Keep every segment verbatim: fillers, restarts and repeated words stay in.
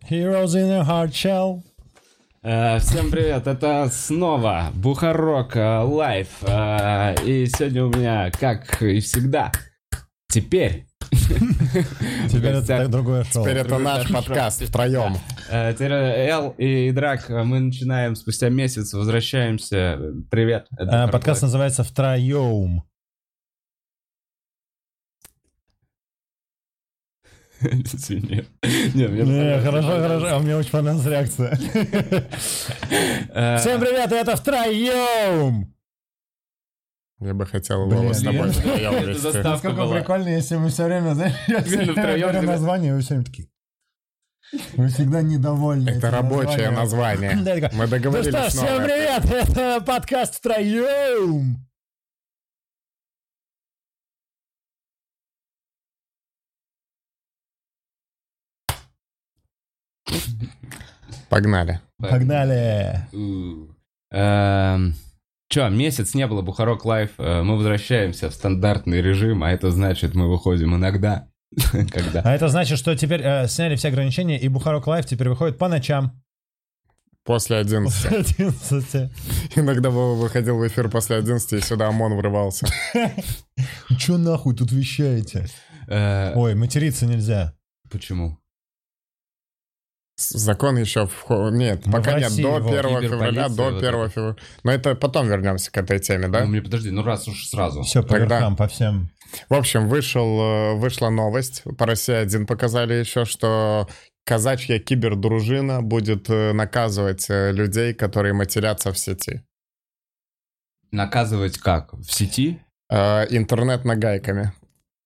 Heroes in a hard shell. Uh, всем привет, это снова Бухарок Лайв. Uh, uh, и сегодня у меня, как и всегда, теперь... Теперь это другое шоу. Теперь это наш подкаст втроем. Теперь Эл и Драк, мы начинаем спустя месяц, возвращаемся. Привет. Подкаст называется «Втроем». Извини. Не, хорошо, хорошо, а мне очень понравилась реакция. Всем привет, это «Втроем». Я бы хотел Вова с тобой втроем вести. Насколько прикольно, если мы все время, знаешь, я говорю название, вы все время такие... Вы всегда недовольны. Это рабочее название. Мы договорились. Ну что, всем привет, это подкаст «Втроем». Погнали. Погнали. Че, месяц не было Бухарок Лайв, мы возвращаемся в стандартный режим, а это значит, мы выходим иногда. Когда? А это значит, что теперь э, сняли все ограничения, и Бухарок Лайв теперь выходит по ночам. После одиннадцати. После одиннадцати. Иногда Вова выходил в эфир после одиннадцати, и сюда ОМОН врывался. Че нахуй тут вещаете? Ой, материться нельзя. Почему? Закон еще в... Нет, Мы пока в нет, России, до вот, первого февраля, до вот первого февраля. Но это потом вернемся к этой теме, да? Ну, мне подожди, ну раз уж сразу. Все по Тогда... верхам, по всем. В общем, вышел, вышла новость, по России один показали еще, что казачья кибердружина будет наказывать людей, которые матерятся в сети. Наказывать как? В сети? Э, интернет нагайками.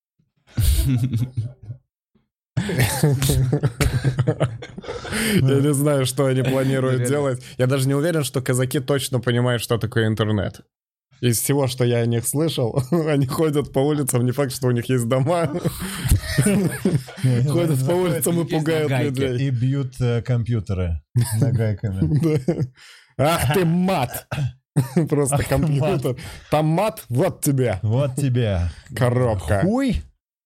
Я не знаю, что они планируют делать. Я даже не уверен, что казаки точно понимают, что такое интернет. Из всего, что я о них слышал, они ходят по улицам, не факт, что у них есть дома. Ходят по улицам и пугают людей. И бьют компьютеры нагайками. Ах ты мат! Просто компьютер. Там мат, вот тебе. Вот тебе. Коробка. Хуй.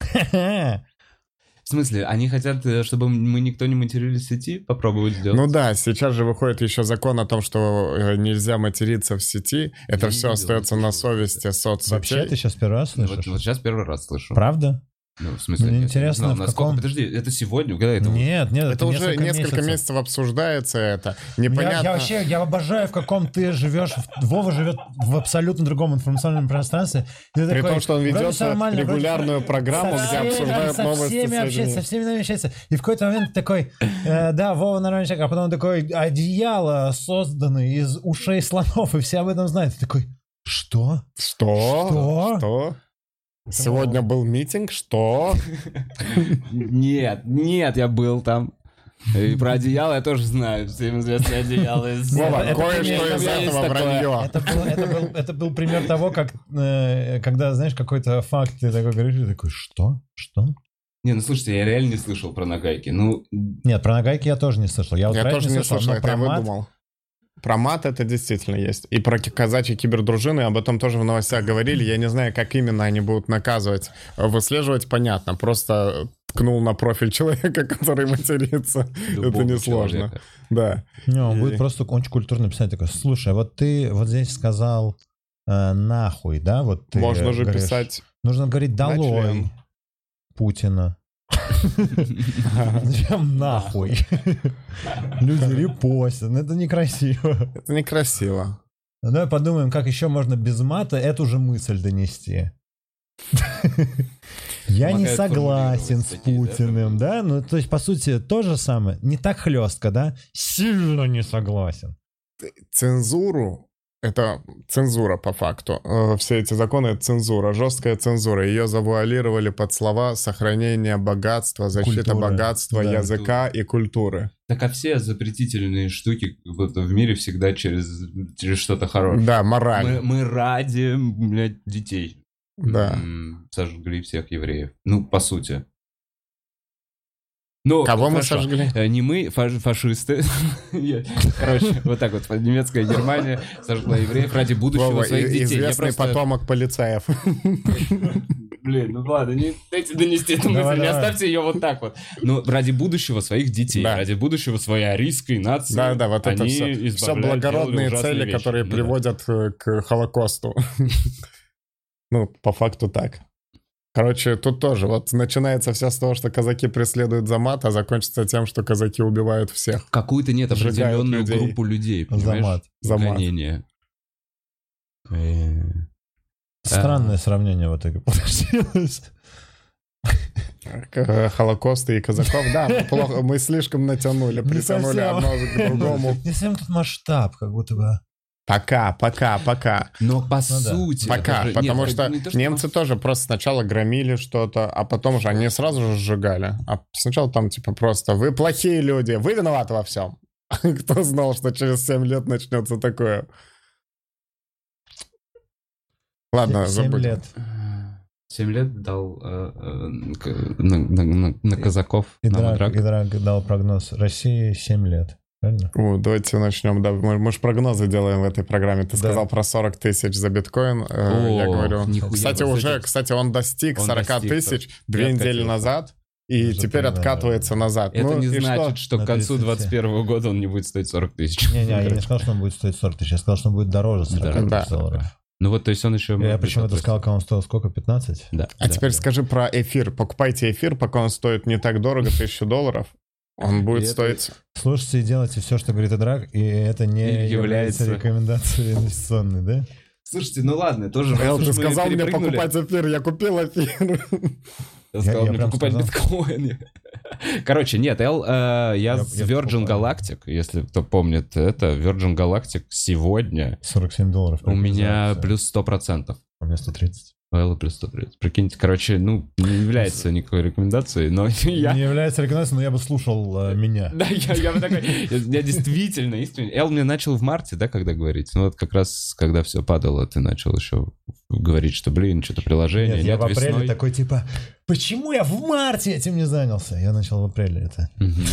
В смысле, они хотят, чтобы мы никто не матерились в сети? Попробовать сделать? Ну да, сейчас же выходит еще закон о том, что нельзя материться в сети. Это Я все остается на совести соцсетей. Вообще ты сейчас первый раз слышишь? Вот, вот сейчас первый раз слышу. Правда? Ну, в смысле, Мне нет, интересно, не знал, в насколько... каком... Подожди, это сегодня? Когда это? Нет, нет, это, это уже несколько, несколько месяцев. месяцев обсуждается это. Непонятно. Я, я вообще, я обожаю, в каком ты живешь. Вова живет в абсолютно другом информационном пространстве. При такой, том, что он ведет вроде... регулярную программу, со где всеми, обсуждают со новости. Всеми общается, со всеми нами общается. И в какой-то момент такой, э, да, Вова нормальный человек, а потом такой, одеяло созданы из ушей слонов, и все об этом знают. И такой, что? Что? Что? Что? Сегодня был митинг, что? Нет, нет, я был там. И про одеяло я тоже знаю. Всем известное одеяло из... Вова, Это кое-что пример, из есть этого такое. вранье. Это был, это, был, это был пример того, как, э, когда, знаешь, какой-то факт, ты такой говоришь, и такой, что? Что? Не, ну слушайте, я реально не слышал про нагайки. Ну, Нет, про нагайки я тоже не слышал. Я, вот Я про это тоже не слышал, но это про я мат- выдумал. Про мат это действительно есть. И про казачьи кибердружины, об этом тоже в новостях говорили. Я не знаю, как именно они будут наказывать. Выслеживать, понятно. Просто ткнул на профиль человека, который матерится. Это несложно. Да. Не, он И- будет просто очень культурно писать такой, слушай, вот ты вот здесь сказал э, нахуй, да? Вот ты Можно же говоришь, писать... Нужно говорить на долой член. Путина. Зачем нахуй? Люди репостят, ну это некрасиво. Это некрасиво. Ну, давай подумаем, как еще можно без мата эту же мысль донести. Я не Помогает согласен формулировать с такие, да, Путиным, да? Ну, то есть, по сути, то же самое. Не так хлестко, да? Сильно не согласен. Цензуру, это цензура по факту. Э, Все эти законы — это цензура, жесткая цензура. Ее завуалировали под слова сохранение богатства, защита Культуры, богатства, да. языка и культуры. так а все запретительные штуки вот, в мире всегда через, через что-то хорошее. Да, мораль. Мы, мы ради, блядь, детей. Да. М, Сожгли всех евреев. Ну, по сути. Ну, Кого мы хорошо. сожгли? Э, Не мы, фаш- фашисты. Я- Короче, вот так вот. Немецкая Германия сожгла евреев ради будущего Вова, своих и- детей. Я известный просто- потомок полицаев. Блин, ну ладно, не дайте донести эту мысль, Давай, не давай. оставьте ее вот так вот. Ну, ради будущего своих детей, Да. ради будущего своей арийской нации. Да, да, вот это они все, все избавляют, благородные делали ужасные цели, вещи. которые Ну да. приводят э, к Холокосту. Ну, по факту так. Короче, тут тоже вот начинается все с того, что казаки преследуют за мат, а закончится тем, что казаки убивают всех. Какую-то нет Сжигают определенную людей. группу людей, За понимаешь? мат. За мат. Гонение. Э, Странное сравнение в итоге получилось. К- Холокоста и казаков, да, мы, плохо, мы слишком натянули, Не притянули совсем. одно к другому. Не совсем тут масштаб, как будто бы. Пока, пока, пока. Но по да. сути... Пока, это же- потому нет, что не то, немцы по- тоже просто сначала громили что-то, а потом же они сразу же сжигали. А сначала там типа просто «Вы плохие люди, вы виноваты во всем». Кто знал, что через семь лет начнется такое? Ладно, Семь забудем. лет. Семь лет дал э, э, к- на, на- на- на казаков. И на Драк, Мадрак. и Драк дал прогноз. России семь лет. Правильно? О, давайте начнем. Да, мы, мы же прогнозы делаем в этой программе. Ты Да. сказал про сорок тысяч за биткоин. Э, Я О, говорю. нихуя. Кстати, Вот уже, эти- кстати, он достиг Он сорок достиг, тысяч да. две И недели откатился. назад. И Уже теперь примерно, откатывается назад. Это Ну, не и значит, что, На к концу тридцать двадцать первого года он не будет стоить сорок тысяч. Не-не, я не сказал, что он будет стоить сорок тысяч. Я сказал, что он будет дороже сорок Да. тысяч долларов. Ну вот, то есть он еще... Я может быть, почему-то отрастет. сказал, когда он стоил сколько? пятнадцать? Да. А да, теперь да. скажи про эфир. Покупайте эфир, пока он стоит не так дорого, тысячу долларов. Он будет И это- стоить... Слушайте и делайте все, что говорит Эдрак, и это не И является, является- рекомендацией инвестиционной, да? Слушайте, ну ладно, тоже... Эл, раз ты уж мы сказал мне перепрыгнули, покупать эфир, я купил эфир. Я сказал Я- я мне прям покупать сказал. биткоин. Короче, нет, Эл, э, я Я- с я Virgin покупаю. Galactic, если кто помнит это, Virgin Galactic сегодня сорок семь долларов. у меня рекомендация. плюс сто процентов. У меня сто тридцать. У Элла плюс сто тридцать. Прикиньте, короче, ну, не является никакой рекомендацией, но я... Не является рекомендацией, но я бы слушал э, меня. Да, я, я бы такой, я, я действительно, искренне. Эл мне начал в марте, да, когда говорить? Ну вот как раз, когда все падало, ты начал еще говорить, что, блин, что-то приложение, Нет, нет, я в апреле весной. такой типа, почему я в марте этим не занялся? Я начал в апреле это. Мгм.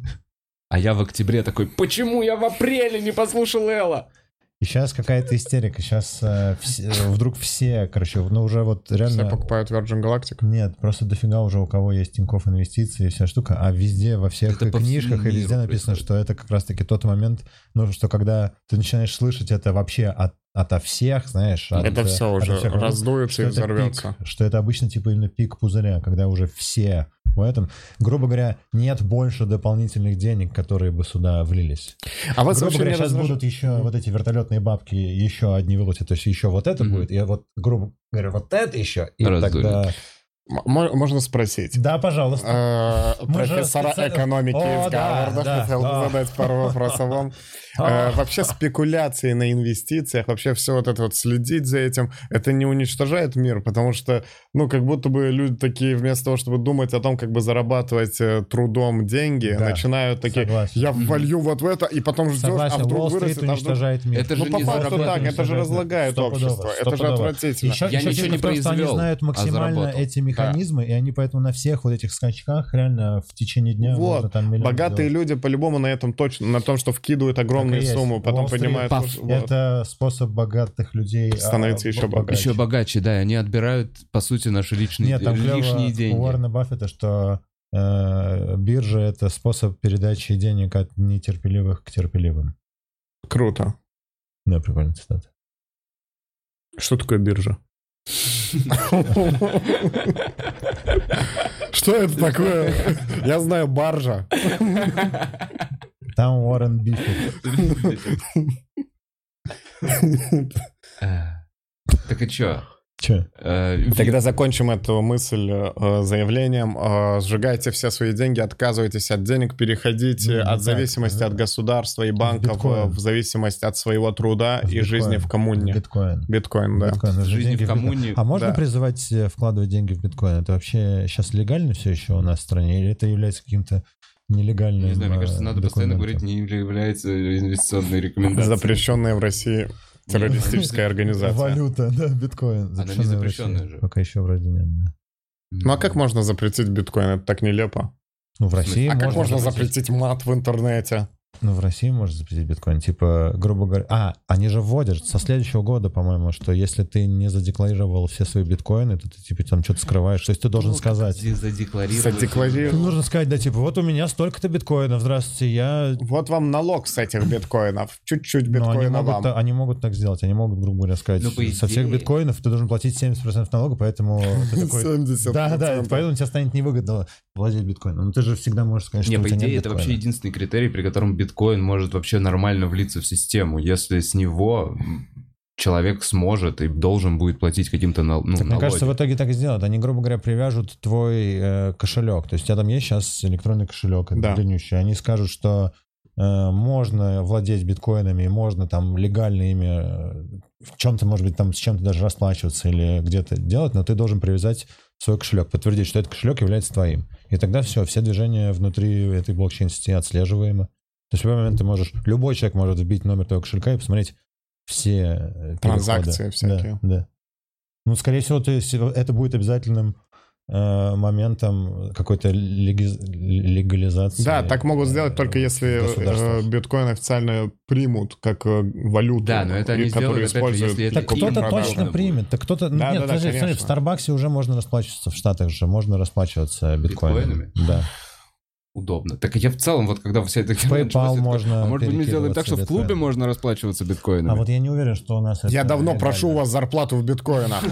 А я в октябре такой, почему я в апреле не послушал Элла? И сейчас какая-то истерика. Сейчас э, все- э, вдруг все, короче, ну уже вот Все реально... покупают Virgin Galactic. Нет, просто дофига уже у кого есть Тинькофф инвестиции и вся штука, а везде, во всех Это по книжках всему и везде миру написано, происходит. что это как раз-таки тот момент, ну, что когда ты начинаешь слышать это вообще от, ото всех, знаешь, от, Это э, все ото уже всех вокруг, раздуется что и это взорвется. пик, что это обычно типа именно пик пузыря, когда уже все в этом, грубо говоря, нет больше дополнительных денег, которые бы сюда влились. А вас Грубо вообще говоря, не сейчас раздражает? будут еще вот эти вертолетные бабки, еще одни вылетят, то есть еще вот это Мгм. будет, и вот, грубо говоря, вот это еще, и Раздули. тогда... М- Можно спросить? Да, пожалуйста. Э, Мы же Профессора специ- экономики О, из да, Гарварда да, хотел бы да. задать пару вопросов вам. А. Э, Вообще спекуляции на инвестициях, вообще все вот это вот следить за этим, это не уничтожает мир, потому что, ну, как будто бы люди такие, вместо того, чтобы думать о том, как бы зарабатывать э, трудом деньги, Да, начинают такие, согласен. я волью вот в это, и потом ждешь, а Согласен, вдруг Уолл-стрит вырастет, а вдруг... уничтожает мир. Это Ну, же по не факту заработает. так, это же разлагает Стопудово, общество, это же стопудово. отвратительно. Еще, Я еще ничего фишка не в том, что они произвел, знают а максимально заработал. эти механизмы, и они поэтому на всех вот этих скачках реально в течение дня Вот. можно там миллион Богатые сделать. люди по-любому на этом точно, на том, что вкидывают огромные Так и есть. суммы, потом Уолл-стрит, понимают, паф. что- вот. Это способ богатых людей Становиться а, еще богаче. богаче. Еще богаче, да, и они отбирают, по сути, наши личные, Нет, там клево лишние у деньги. Уоррена Баффета, что э, биржа — это способ передачи денег от нетерпеливых к терпеливым. Круто. Да, прикольная цитата. Что такое биржа? Что это такое? Я знаю баржа. Там Уоррен Биффет. А, Так и чё? Че? Э, Тогда закончим эту мысль э, заявлением. Э, сжигайте все свои деньги, отказывайтесь от денег, переходите Ну, не от так, зависимости да. от государства и банков биткоин. э, в зависимость от своего труда В и биткоин. жизни в коммуне. Биткоин. Биткоин, да. Биткоин. Нужны Жизни деньги в коммуне. А можно Да. призывать э, вкладывать деньги в биткоин? Это вообще сейчас легально все еще у нас в стране? Или это является каким-то нелегальным Не знаю, мне э, кажется, надо постоянно документом? говорить, не является инвестиционной рекомендацией. Запрещенная в России террористическая организация. Валюта, да, биткоин. не Запрещенная в запрещенная России. же. Пока еще вроде нет, да. Ну а как можно запретить биткоин? Это так нелепо. Ну, в России А как можно запретить. запретить мат в интернете? Ну, в России можно запретить биткоин. Типа, грубо говоря... А, они же вводят со следующего года, по-моему, что если ты не задекларировал все свои биткоины, то ты, типа, там что-то скрываешь. То есть ты должен сказать... Задекларировать. Задекларировать. Ты нужно сказать, да, типа, вот у меня столько-то биткоинов, здравствуйте, я... Вот вам налог с этих биткоинов. Чуть-чуть Но они биткоина могут, вам. та- они могут так сделать, они могут, грубо говоря, сказать, Ну, по со всех идее. биткоинов ты должен платить семьдесят процентов налога, поэтому ты такой... семьдесят Да, да, процентов. поэтому тебе станет невыгодно владеть биткоином. Но ты же всегда можешь сказать, что Не, у по тебя идее, нет это биткоина. вообще единственный критерий, при котором биткоин может вообще нормально влиться в систему. Если с него человек сможет и должен будет платить каким-то нал- ну, Так, мне налоги. кажется, в итоге так и сделают. Они, грубо говоря, привяжут твой э, кошелек. То есть у тебя там есть сейчас электронный кошелек, Да. длиннющий. Они скажут, что э, можно владеть биткоинами, можно там легально ими э, в чем-то, может быть, там с чем-то даже расплачиваться или где-то делать, но ты должен привязать свой кошелек, подтвердить, что этот кошелек является твоим. И тогда все, все движения внутри этой блокчейн-сети отслеживаемы. То есть в любой момент ты можешь, любой человек может вбить номер твоего кошелька и посмотреть все э, Транзакции переходы. всякие. Да, да. Ну, скорее всего, то есть это будет обязательным э, моментом какой-то леги- легализации. Да, так могут сделать только э, если в государствах. э, биткоин официально примут как э, валюту. Да, но это и они которую сделают, опять же, используют если это Так как кто-то продажа точно будет. примет. Так кто-то... Да, Нет, да, да, подожди, смотри, конечно. в Старбаксе уже можно расплачиваться, в Штатах же можно расплачиваться биткоинами. Биткоинами? Да. Удобно. Так я в целом, вот когда вся эта... В PayPal можно А может быть, мы сделаем так, что в перекидываться клубе биткоинами. можно расплачиваться биткоинами? А вот я не уверен, что у нас Я это давно реально. прошу у вас зарплату в биткоинах.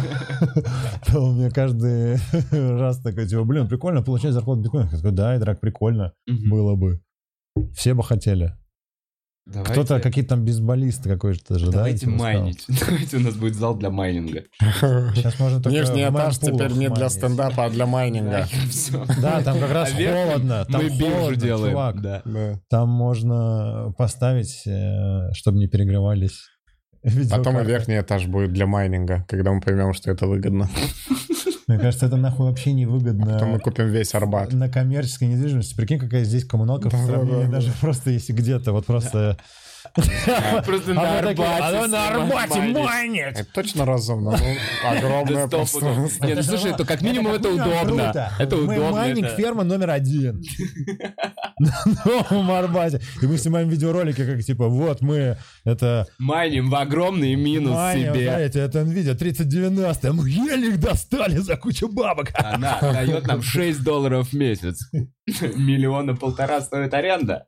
У меня каждый раз такой, типа, блин, прикольно получать зарплату в биткоинах. Я такой, да, Идрак, прикольно Мгм. было бы. Все бы хотели. Давайте- Кто-то, какие-то там бейсболисты какой-то же, да? Давайте этим стал? майнить. Давайте у нас будет зал для майнинга. Сейчас можно только Нижний в этаж мемпулах теперь не для майнить. стендапа, а для майнинга. Всё. Да, там как раз А верхом холодно. Там Мы биржу холодно, делаем. чувак. Да. Да. Там можно поставить, э, чтобы не перегревались Потом и видеокарты. верхний этаж будет для майнинга, когда мы поймем, что это выгодно. Мне кажется, это нахуй вообще Потом мы невыгодно купим весь Арбат. на коммерческой недвижимости. Прикинь, какая здесь коммуналка в Да, сравнении да, да. даже просто если где-то, вот просто... Просто А на мы такие, Арбате. «Оно на Арбате майнить». майнит! Это точно разумно. Ну, огромное Да сто пудов. пространство. Не, ну слушай, это как минимум это как минимум удобно. круто. Это Мы удобно. майнинг это- ферма номер один. На Новом Арбате. И мы снимаем видеоролики, как типа, вот мы, это... Майним в огромный минус Майнинг, себе. знаете, это Nvidia тридцать девяносто. Мы еле их достали за кучу бабок. Она дает нам шесть долларов в месяц. Миллиона полтора стоит аренда.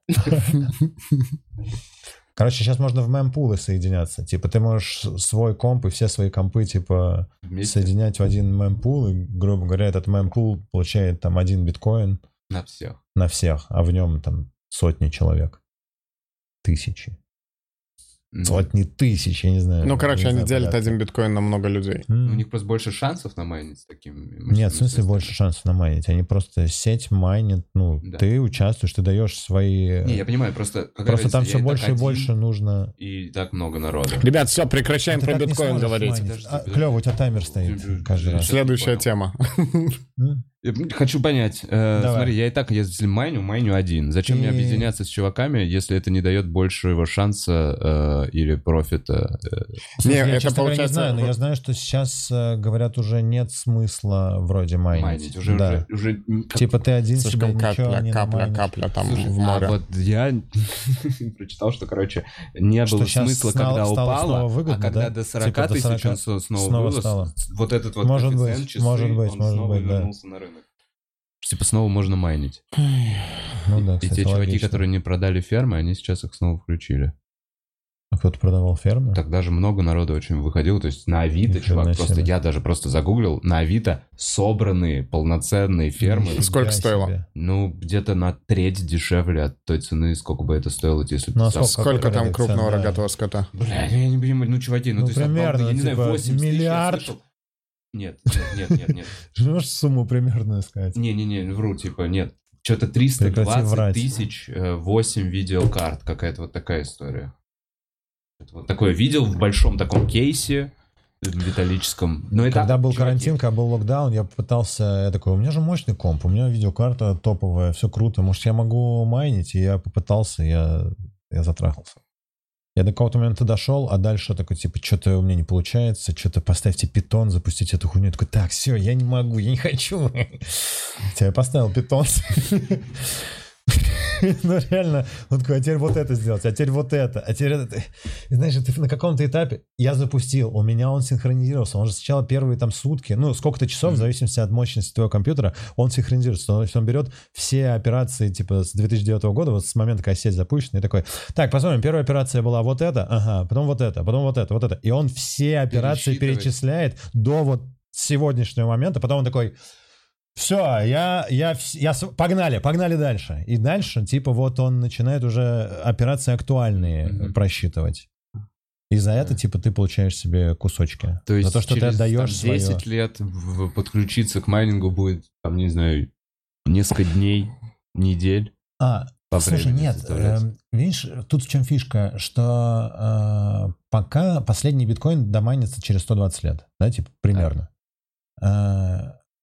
Короче, сейчас можно в мемпулы соединяться. Типа, ты можешь свой комп и все свои компы, типа, Вместе соединять в один мемпул. И, грубо говоря, этот мемпул получает там один биткоин на всех. на всех, а в нем там сотни человек. Тысячи. Ну, Сотни тысяч, я не знаю. Ну, короче, Я не они знаю делят порядка. один биткоин на много людей. М. У них просто больше шансов на майнить с таким. Нет, в смысле больше шансов на майнить. Они просто сеть майнит, ну, Да. ты участвуешь, ты даешь свои... Не, я понимаю, просто... какая Просто там разница, все я и больше так и один, больше нужно... И так много народа. Ребят, все, прекращаем Ты про так не биткоин сможешь говорить. майнить. Подожди, А, подожди. клево, у тебя таймер стоит каждый раз. Следующая Понял. тема. М? Я хочу понять. э, Давай. смотри, я и так, если майню, майню один. Зачем мне Ты- объединяться с чуваками, если это не дает большего шанса э, или профита? э? В смысле, Не, я, это честно говоря, не получается- знаю, но я знаю, что сейчас э, говорят уже нет смысла вроде майнить. майнить? Уже, Да. уже, уже как- Типа ты один Слишком себе ничего капля, не капля, намайнишь. капля там Слушай, в а море. вот я прочитал, что, короче, не Что было щас смысла, стало- когда стало упало, снова выгодно, а когда да? до сорок Типа до тысяч сорока он со- снова, снова вырос, стало. вот этот вот Может коэффициент быть, часы, может быть, он может снова быть, да. вернулся на рынок. Типа снова можно майнить. Ну да, И кстати, те чуваки, логично. которые не продали фермы, они сейчас их снова включили. А кто-то продавал фермы? Тогда же много народу очень выходило. То есть на Авито, Нифига чувак, себе. просто я даже просто загуглил, на Авито собранные полноценные фермы. Нифига Сколько стоило? себе. Ну, где-то на треть дешевле от той цены, сколько бы это стоило, если бы Ну, а ты сам- сколько? Сколько Какой там порядок крупного цен, да. рогатого скота? Бля, я не понимаю, ну, чуваки, ну, Ну, то есть, от примерно, балды, я не знаю, типа, восемьдесят тысяч я миллиард? слышал. Нет, нет, нет, нет, нет. Можешь сумму примерную сказать? Не-не-не, вру, типа, нет. Что-то триста Прекрати двадцать врать. тысяч, э, восемь видеокарт, какая-то вот такая история. Это вот такое видел в большом таком кейсе э, металлическом. Но это, Когда был чуваки, карантин, когда был локдаун, я попытался, я такой, у меня же мощный комп, у меня видеокарта топовая, все круто, может, я могу майнить? И я попытался, я, я затрахался. Я до какого-то момента дошел, а дальше такой, типа, что-то у меня не получается, что-то поставьте питон, запустите эту хуйню. Я такой, так, все, я не могу, я не хочу. Я поставил питон. Ну, реально, он такой, а теперь вот это сделать, а теперь вот это, а теперь это. И знаешь, ты на каком-то этапе, я запустил, у меня он синхронизировался, он же сначала первые там сутки, ну, сколько-то часов, в зависимости от мощности твоего компьютера, он синхронизируется, он, он берет все операции, типа, с две тысячи девятого года, вот с момента, когда сеть запущена, и такой, так, посмотрим, первая операция была вот это, ага, потом вот это, потом вот это, вот это, и он все операции перечисляет до вот сегодняшнего момента, потом он такой... Все, я, я, я, погнали, погнали дальше. И дальше, типа, вот он начинает уже операции актуальные mm-hmm. просчитывать. И за это, типа, ты получаешь себе кусочки. То есть за то, что через ты отдаешь там, десять свое... лет в, подключиться к майнингу будет, там, не знаю, несколько дней, недель. А, слушай, нет, э, видишь, тут в чем фишка, что э, пока последний биткоин домайнится через сто двадцать лет, да, типа, примерно. А. Э,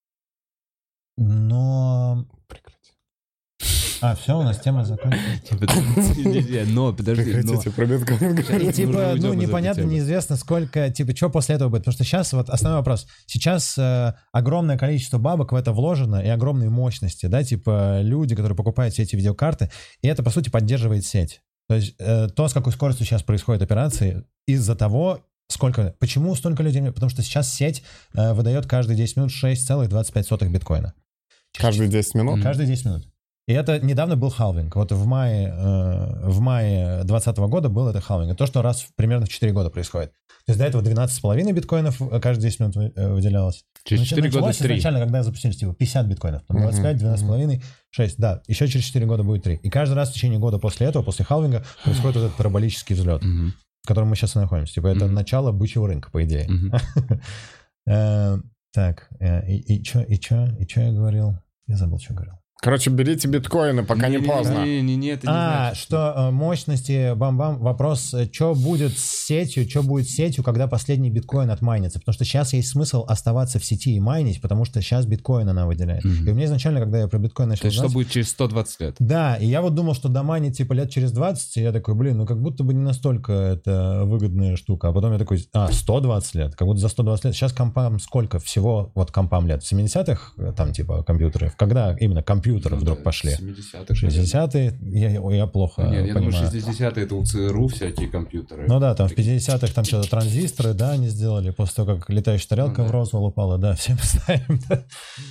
Но... Прекрати. А, все, у нас тема закончилась. Но, подожди. Прекратите про биткоин говорить. Типа, ну, непонятно, неизвестно, сколько, типа, что после этого будет. Потому что сейчас, вот, основной вопрос. Сейчас э, огромное количество бабок в это вложено и огромные мощности, да, типа, люди, которые покупают все эти видеокарты, и это, по сути, поддерживает сеть. То есть, э, то, с какой скоростью сейчас происходят операции, из-за того, сколько... Почему столько людей? Потому что сейчас сеть э, выдает каждые десять минут шесть целых двадцать пять сотых биткоина. Каждые десять минут? Каждые десять минут. И это недавно был халвинг. Вот в мае, э, в мае двадцатого года был это халвинг. Это то, что раз в, примерно в четыре года происходит. То есть до этого двенадцать с половиной биткоинов каждые десять минут выделялось. Через четыре года три. Изначально, когда запустили, типа пятьдесят биткоинов. Там двадцать пять, двенадцать с половиной, шесть. Да, еще через четыре года будет три. И каждый раз в течение года после этого, после халвинга, происходит вот этот параболический взлет, mm-hmm. в котором мы сейчас и находимся. Типа это mm-hmm. начало бычьего рынка, по идее. Mm-hmm. Так, и что и что и что я говорил? Я забыл, что говорил. Короче, берите биткоины, пока не, не поздно. Не, не, не, это не а, значит, что э, мощности, бам-бам, вопрос, что будет с сетью, что будет с сетью, когда последний биткоин отмайнится. Потому что сейчас есть смысл оставаться в сети и майнить, потому что сейчас биткоин она выделяет. Mm-hmm. И у меня изначально, когда я про биткоин начал... То есть, что будет через сто двадцать лет? Да, и я вот думал, что домайнить типа лет через двадцать, и я такой, блин, ну как будто бы не настолько это выгодная штука. А потом я такой, а, сто двадцать лет, как будто за сто двадцать лет. Сейчас компам сколько всего, вот компам лет? В семидесятых там типа компьютеры? Когда именно компьютеры вдруг да, пошли? семидесятых. шестидесятые, я, я плохо Нет, я понимаю. думаю, шестидесятые это у ЦРУ всякие компьютеры. Ну да, там в пятидесятых там что-то транзисторы, да, они сделали, после того, как летающая тарелка ну, да. в Розвелл упала, да, все мы знаем, да.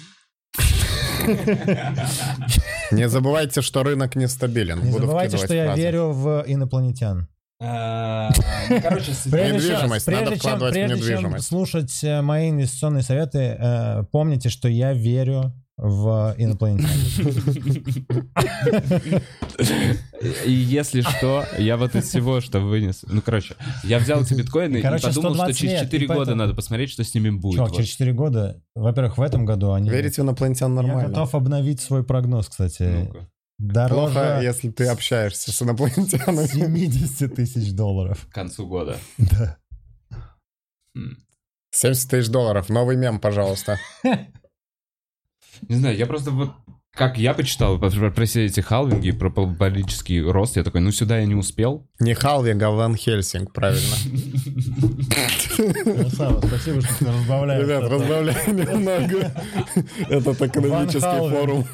Не забывайте, что рынок нестабилен. Не забывайте, что я верю в инопланетян. Короче, недвижимость, надо вкладывать в недвижимость. Прежде чем слушать мои инвестиционные советы, помните, что я верю в инопланетян. И если что, я вот из всего, что вынес. Ну, короче, я взял эти биткоины и подумал, что через четыре года надо посмотреть, что с ними будет. Чувак, через четыре года, во-первых, в этом году они... Верите в инопланетян нормально? Я готов обновить свой прогноз, кстати. Дороже... Плохо, если ты общаешься с инопланетянами. семьдесят тысяч долларов. К концу года. Да. семьдесят тысяч долларов. Новый мем, пожалуйста. Не знаю, я просто вот... Как я почитал про, про все эти халвинги, про параболический рост, я такой, ну сюда я не успел. Не халвинг, а Ван Хельсинг, правильно. Спасибо, что ты разбавляешь. Ребят, разбавляем немного. Этот экономический форум.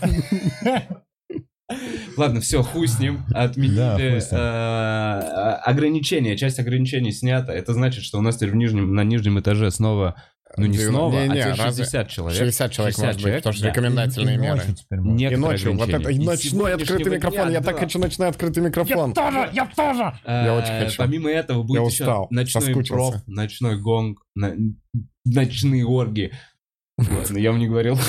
Ладно, все, хуй с ним. Отменили ограничения. Часть ограничений снята. Это значит, что у нас теперь в нижнем, на нижнем этаже снова... Ну не снова, не, не, а теперь шестьдесят человек. шестьдесят человек шестьдесят может быть, потому что да. рекомендательные и, меры. И, и ночью. Вот это, и ночной открытый микрофон. Я да. так хочу ночной открытый микрофон. Я тоже, я тоже. А, я очень хочу. Помимо этого будет я еще устал, ночной импров, ночной гонг, на, ночные орги. Ладно, я вам не говорил.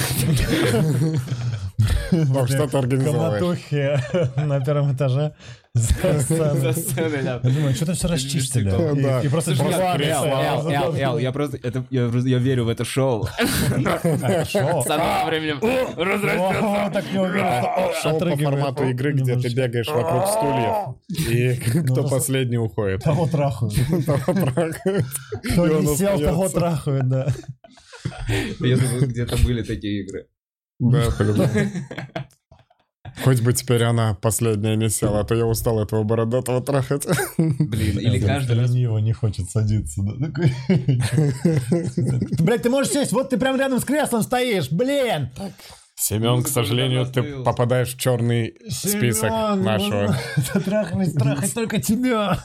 Что-то организовываешь. Комнатухи на первом этаже. За сценой. Я думаю, что ты все расчистили. И просто... Эл, я просто... Я верю в это шоу. Шоу? Со временем разрастется. Шоу по формату игры, где ты бегаешь вокруг стульев. И кто последний уходит. Того трахают. Того трахают. Кто не сел, того трахают, да. Я думаю, где-то были такие игры. Да, по-любому. Хоть бы теперь она последняя не села, а то я устал этого бородатого трахать. Блин, или каждый раз... Ленивый не хочет садиться. Блядь, ты можешь сесть, вот ты прям рядом с креслом стоишь, блин! Семен, к сожалению, ты попадаешь в черный список нашего. Трахнуть, трахать только тебя.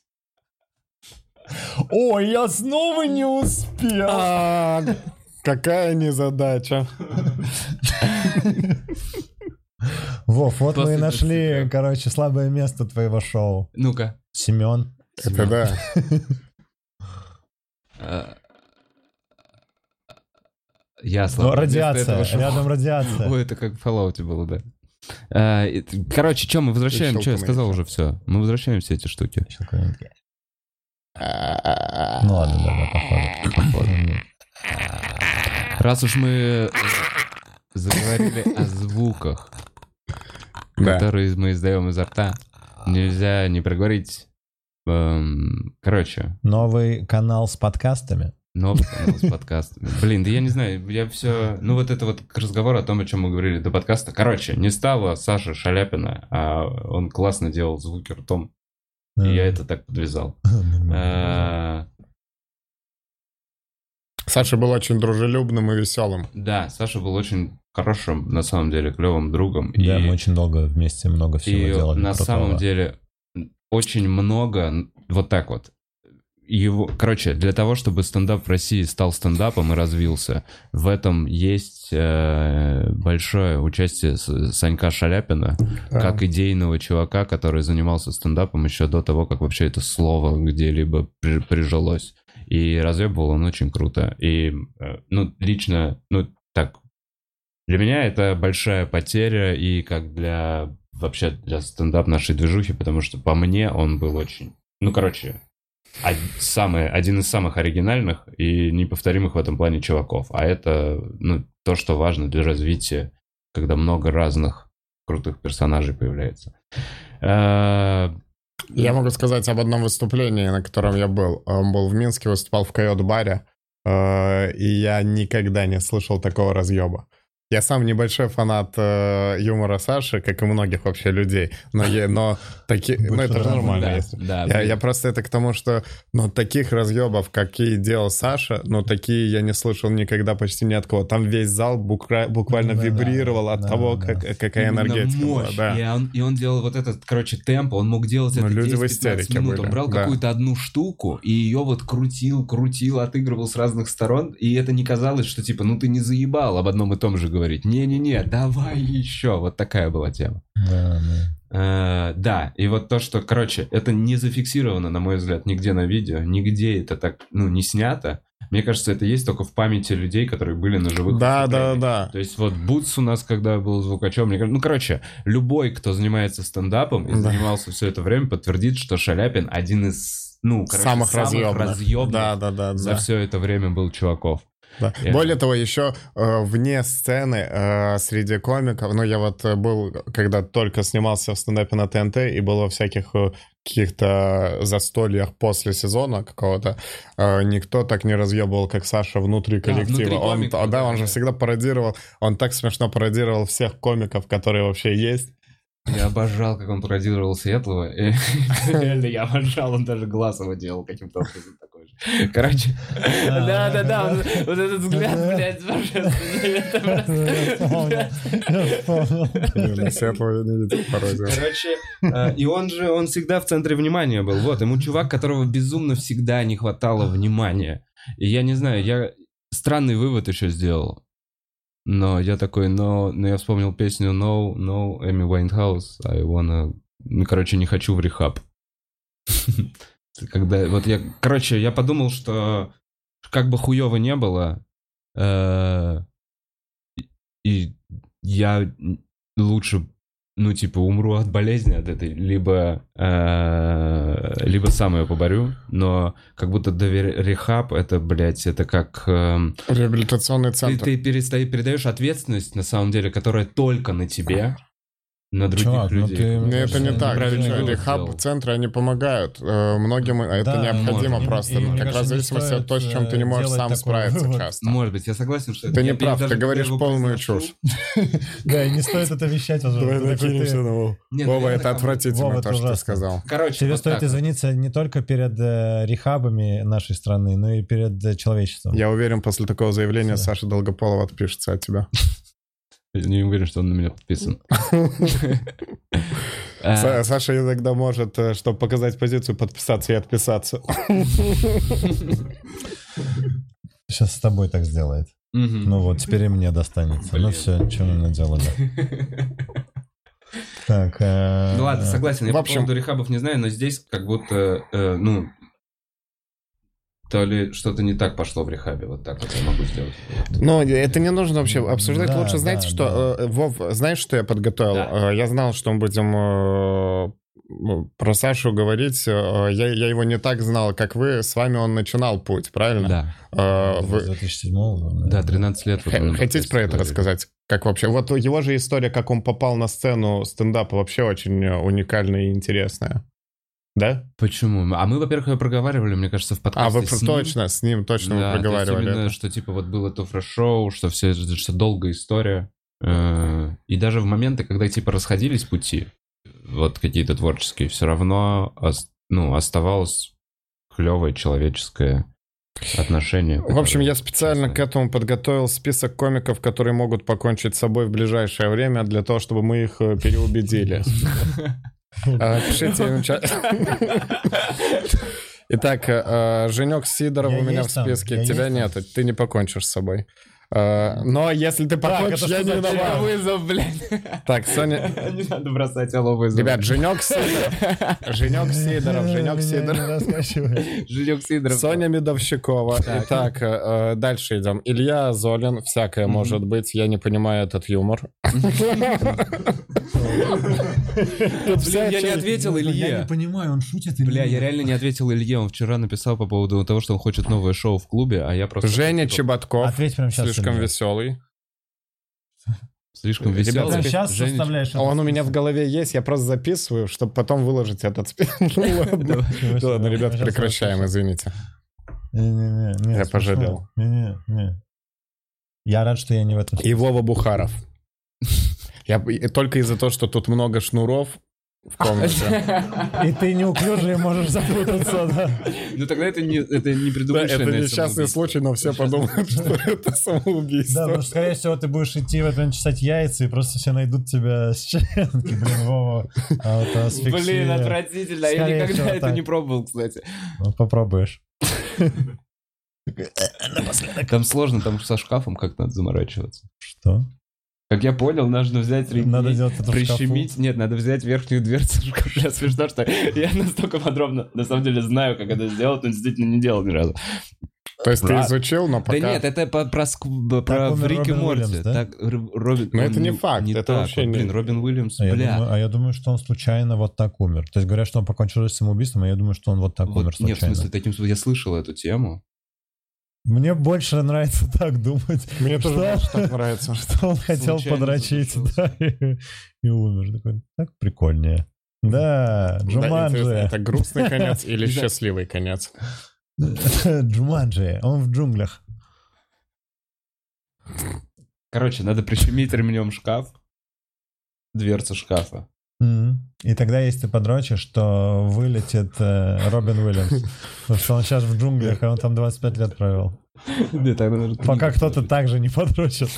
Ой, я снова не успел. А, какая незадача. Вов, вот мы и После нашли, двадцати. короче, слабое место твоего шоу. Ну-ка. Семен. Это да. А, Я Ну, слабо. радиация, рядом радиация. Ой, это как в Fallout было, да. А, и- Короче, что мы возвращаем? Щелкунул Что я сказал еще. уже все? Мы возвращаем все эти штуки. Ну ладно, да, да, походу. Раз уж мы заговорили о звуках, Да. которые мы издаем изо рта, нельзя не проговорить. эм, Короче, Новый канал с подкастами. новый канал с подкастами. Блин, да я не знаю, я все... Ну вот это вот разговор о том, о чем мы говорили до подкаста. Короче, не стало Саши Шаляпина, а он классно делал звуки ртом. И я это так подвязал. А, Саша был очень дружелюбным и веселым. Да, Саша был очень хорошим, на самом деле, клевым другом. Да, и, мы очень долго вместе много всего и делали. на крутого. самом деле очень много, вот так вот. Его, короче, для того, чтобы стендап в России стал стендапом и развился, в этом есть э, большое участие С- Санька Шаляпина, Да. как идейного чувака, который занимался стендапом еще до того, как вообще это слово где-либо при- прижилось. И разъебывал он очень круто. И, э, ну, лично, ну, так, для меня это большая потеря и как для, вообще для стендап нашей движухи, потому что по мне он был очень, ну, короче, од- самый, один из самых оригинальных и неповторимых в этом плане чуваков. А это, ну, то, что важно для развития, когда много разных крутых персонажей появляется. Э, Я могу сказать об одном выступлении, на котором я был. Он был в Минске, выступал в Койот-баре, э, и я никогда не слышал такого разъеба. Я сам небольшой фанат э, юмора Саши, как и многих вообще людей, но, я, но таки, ну это же нормально. да, если- да, Я, блин. я просто это к тому, что ну, таких разъебов, какие делал Саша, ну такие я не слышал никогда почти ни от кого. Там весь зал букра- буквально Да, да, вибрировал от да, того, да. как, какая Именно энергетика была. мощь. Да. И, он, и он делал вот этот, короче, темп, он мог делать Ну, это люди в десять-пятнадцать истерике минут. были, Он брал да. какую-то одну штуку и ее вот крутил, крутил, отыгрывал с разных сторон, и это не казалось, что типа, ну ты не заебал об одном и том же говорить. Не-не-не, давай еще. Вот такая была тема. Да, да. Э, Да, и вот то, что, короче, это не зафиксировано, на мой взгляд, нигде на видео, нигде это так, ну, не снято. Мне кажется, это есть только в памяти людей, которые были на живых Да, да, выступлениях. да. То есть вот Бутс у нас, когда был звукачом, мне кажется, ну, короче, любой, кто занимается стендапом и Да. занимался все это время, подтвердит, что Шаляпин один из, ну, короче, Самых самых, разъебных. разъебных Да, да, да, за да. все это время был чуваков. Да. Я- Более того, еще э, вне сцены э, среди комиков, ну, я вот э, был, когда только снимался в стендапе на ТНТ и был во всяких э, каких-то застольях после сезона какого-то, э, никто так не разъебывал, как Саша внутри коллектива. внутри он, комиков, а, да, да, он же да. всегда пародировал, он так смешно пародировал всех комиков, которые вообще есть. Я обожал, как он пародировал Светлого. И реально, я обожал, он даже глаз его делал каким-то образом такой же. Короче, да-да-да, он- вот этот взгляд, блядь, божественный. Это Я просто- вспомнил, я вспомнил. Блин, Светлого я не видел пародию. Короче, э, и он же, он всегда в центре внимания был. Вот, ему чувак, которого безумно всегда не хватало внимания. И я не знаю, я странный вывод еще сделал. Но я такой, но, но я вспомнил песню No, No, Эми Уайнхаус, I wanna... Ну, короче, не хочу в рехаб. Когда, вот я, короче, я подумал, что как бы хуёво не было, э, и я лучше, ну, типа, умру от болезни от этой, либо, э, либо сам ее поборю, но как будто довер... рехаб, это, блядь, это как... эм, Реабилитационный ты, центр. ты переста- передаешь ответственность, на самом деле, которая только на тебе, на других Чувак, ну людей. ты- Не, это не Конечно, так. неправильный Ты чё, вывод сделал. Рехаб-центры, они помогают. Э, Многим это Да, необходимо может. просто. И- и, ну, мне как кажется, раз в не зависимости от того, с стоит, чем ты не можешь делать сам такой справиться вывод. часто. Может быть, я согласен, что это... Ты я- не я прав, даже ты когда говоришь его полную произношу- чушь. Да, и не стоит это вещать уже. Давай Ты такой, накинемся ты- на Вову. Не, ну, Вова, реально, это как- отвратительно, Вова, то, это что ты ужасно. сказал. Короче, Тебе вот стоит так вот. извиниться не только перед э, рехабами нашей страны, но и перед э, человечеством. Я уверен, после такого заявления Да. Саша Долгополов отпишется от тебя. Не уверен, что он на меня подписан. Саша иногда может, чтобы показать позицию, подписаться и отписаться. Сейчас с тобой так сделает. Ну вот, теперь и мне достанется. Ну все, что мы наделали. Так. Ну ладно, согласен. Я в по общем... поводу рехабов не знаю, но здесь как будто, э, ну, то ли что-то не так пошло в рехабе. Вот так вот я могу сделать. Ну, это не нужно вообще обсуждать. Да, Лучше, знаете, да, что... да. Вов, знаешь, что я подготовил? Да. Я знал, что мы будем про Сашу говорить. Я, я его не так знал, как вы. С вами он начинал путь, правильно? Да. А, вы... С две тысячи седьмого. Да, тринадцать лет. Вот Х- Хотите про это говорили. рассказать? Как вообще? Вот его же история, как он попал на сцену стендапа, вообще очень уникальная и интересная. Да? Почему? А мы, во-первых, ее проговаривали, мне кажется, в подкасте. А, вы с ним. точно, с ним точно Да, вы то есть проговаривали именно, это. что типа вот было то фреш-шоу, что все, что долгая история. Э, И даже в моменты, когда типа расходились пути, вот какие-то творческие, все равно ос- ну, оставалось клевое человеческое отношение. В общем, которое я специально честное. к этому подготовил список комиков, которые могут покончить с собой в ближайшее время, для того, чтобы мы их э, переубедили. А, Пишите в чат. Итак, э, Женек Сидоров Я у меня в есть там, списке. я Тебя есть нет, ты не покончишь с собой. Э, Но если ты покончишь, это я что не за виноват. Вызов, блядь. Так, Соня... Не надо бросать алло вызов. Ребят, Женек Сидоров. Женек Сидоров, Женек Сидоров. Женек Сидоров. Соня Медовщикова. Итак, э, дальше идем. Илья Золин. Всякое Мгм. может быть. Я не понимаю этот юмор. Блин, я не ответил Я Илье. не понимаю, он шутит или Бля, нет? я реально не ответил Илье. Он вчера написал по поводу того, что он хочет новое шоу в клубе, а я просто... Женя типа, Чеботков. Ответь прямо сейчас. Слишком Илья. веселый. Слишком Ребята, веселый. Прямо Женя- сейчас Женя- составляешь. этот Он у меня в список. голове есть, я просто записываю, чтобы потом выложить этот список. Ну ладно. Давай, Да ладно, ребят, сейчас прекращаем, расскажу. извините. Не-не-не, Я смешно. пожалел. Не-не-не. Я рад, что я не в этом. И Вова Бухаров. Я и только из-за того, что тут много шнуров в комнате. И ты неуклюжий можешь запутаться, да. Ну тогда это не, это не Да, предумышленное это несчастный самоубийство. случай, но все подумают, что это Да, самоубийство. потому что, скорее всего, ты будешь идти в этот момент чесать яйца, и просто все найдут тебя с членки. Блин, Вова, а вот асфиксия. Блин, отвратительно. Я Скорее никогда всего, это так. не пробовал, кстати. Ну, попробуешь. Там сложно, там со шкафом как надо заморачиваться. Что? Как я понял, нужно взять ремень, Надо делать это в прищемить. Нет, надо взять верхнюю дверцу шкафа. Сейчас смешно, что я настолько подробно, на самом деле, знаю, как это сделать, но действительно не делал ни разу. То есть ты Брат. изучил, но пока... Да нет, это по- про, ск- про умер в Рике Робин Морти. Уильямс, да? Так, Р- Робин, Но он это не факт, это так. вообще Вот, не- Блин, Робин Уильямс, А я, бля. думаю, а я думаю, что он случайно вот так умер. То есть говорят, что он покончил жизнь самоубийством, а я думаю, что он вот так Вот, умер нет, в случайно. смысле, таким я слышал эту тему. Мне больше нравится так думать. Мне тоже что- больше так нравится. Что он хотел Случайно подрочить, задушился. да, и, и умер. Такой, так прикольнее. Да, Да, интересно, Джуманджи. это грустный конец или Да. счастливый конец? Джуманджи, он в джунглях. Короче, надо прищемить ремнем шкаф, дверцу шкафа. Мгм. И тогда, если ты подрочишь, то вылетит э, Робин Уильямс. Потому что он сейчас в джунглях, а он там двадцать пять лет провел. Да, тогда нужно Пока книгу кто-то положить. так же не подрочит.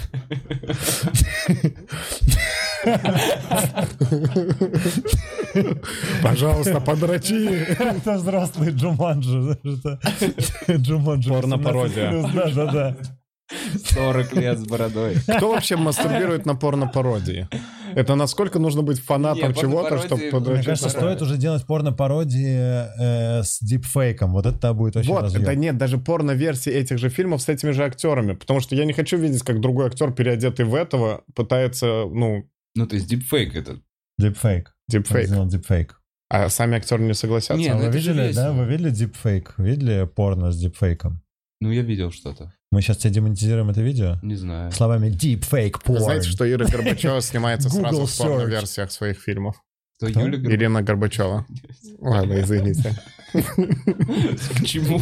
Пожалуйста, подрочи. Это взрослый Джуманджи. Это Джуманджи. Порно-пародия. восемнадцать плюс, Да-да-да. сорок лет с бородой. Кто вообще мастурбирует на порно-пародии? Это насколько нужно быть фанатом Не, чего-то, порно-пародии, чтобы мне подрочить? Мне кажется, на порно? стоит уже делать порно-пародии э, с дипфейком. Вот это будет очень Вот, разъем. да нет, даже порно-версии этих же фильмов с этими же актерами. Потому что я не хочу видеть, как другой актер, переодетый в этого, пытается, ну, Ну, то есть дипфейк это. Дипфейк. Он дипфейк. сделал дипфейк. А сами актеры не согласятся? Не, А ну вы это же видели, весело. да? Вы видели дипфейк? Видели порно с дипфейком? Ну, я видел что-то. Мы сейчас тебе демонетизируем это видео Не знаю. словами deepfake Вы porn. знаете, что Ира Горбачева снимается сразу Google в порно-версиях своих фильмов? То Кто? Юля Горбачева. Ирина Горбачева. Ладно, извините. К чему?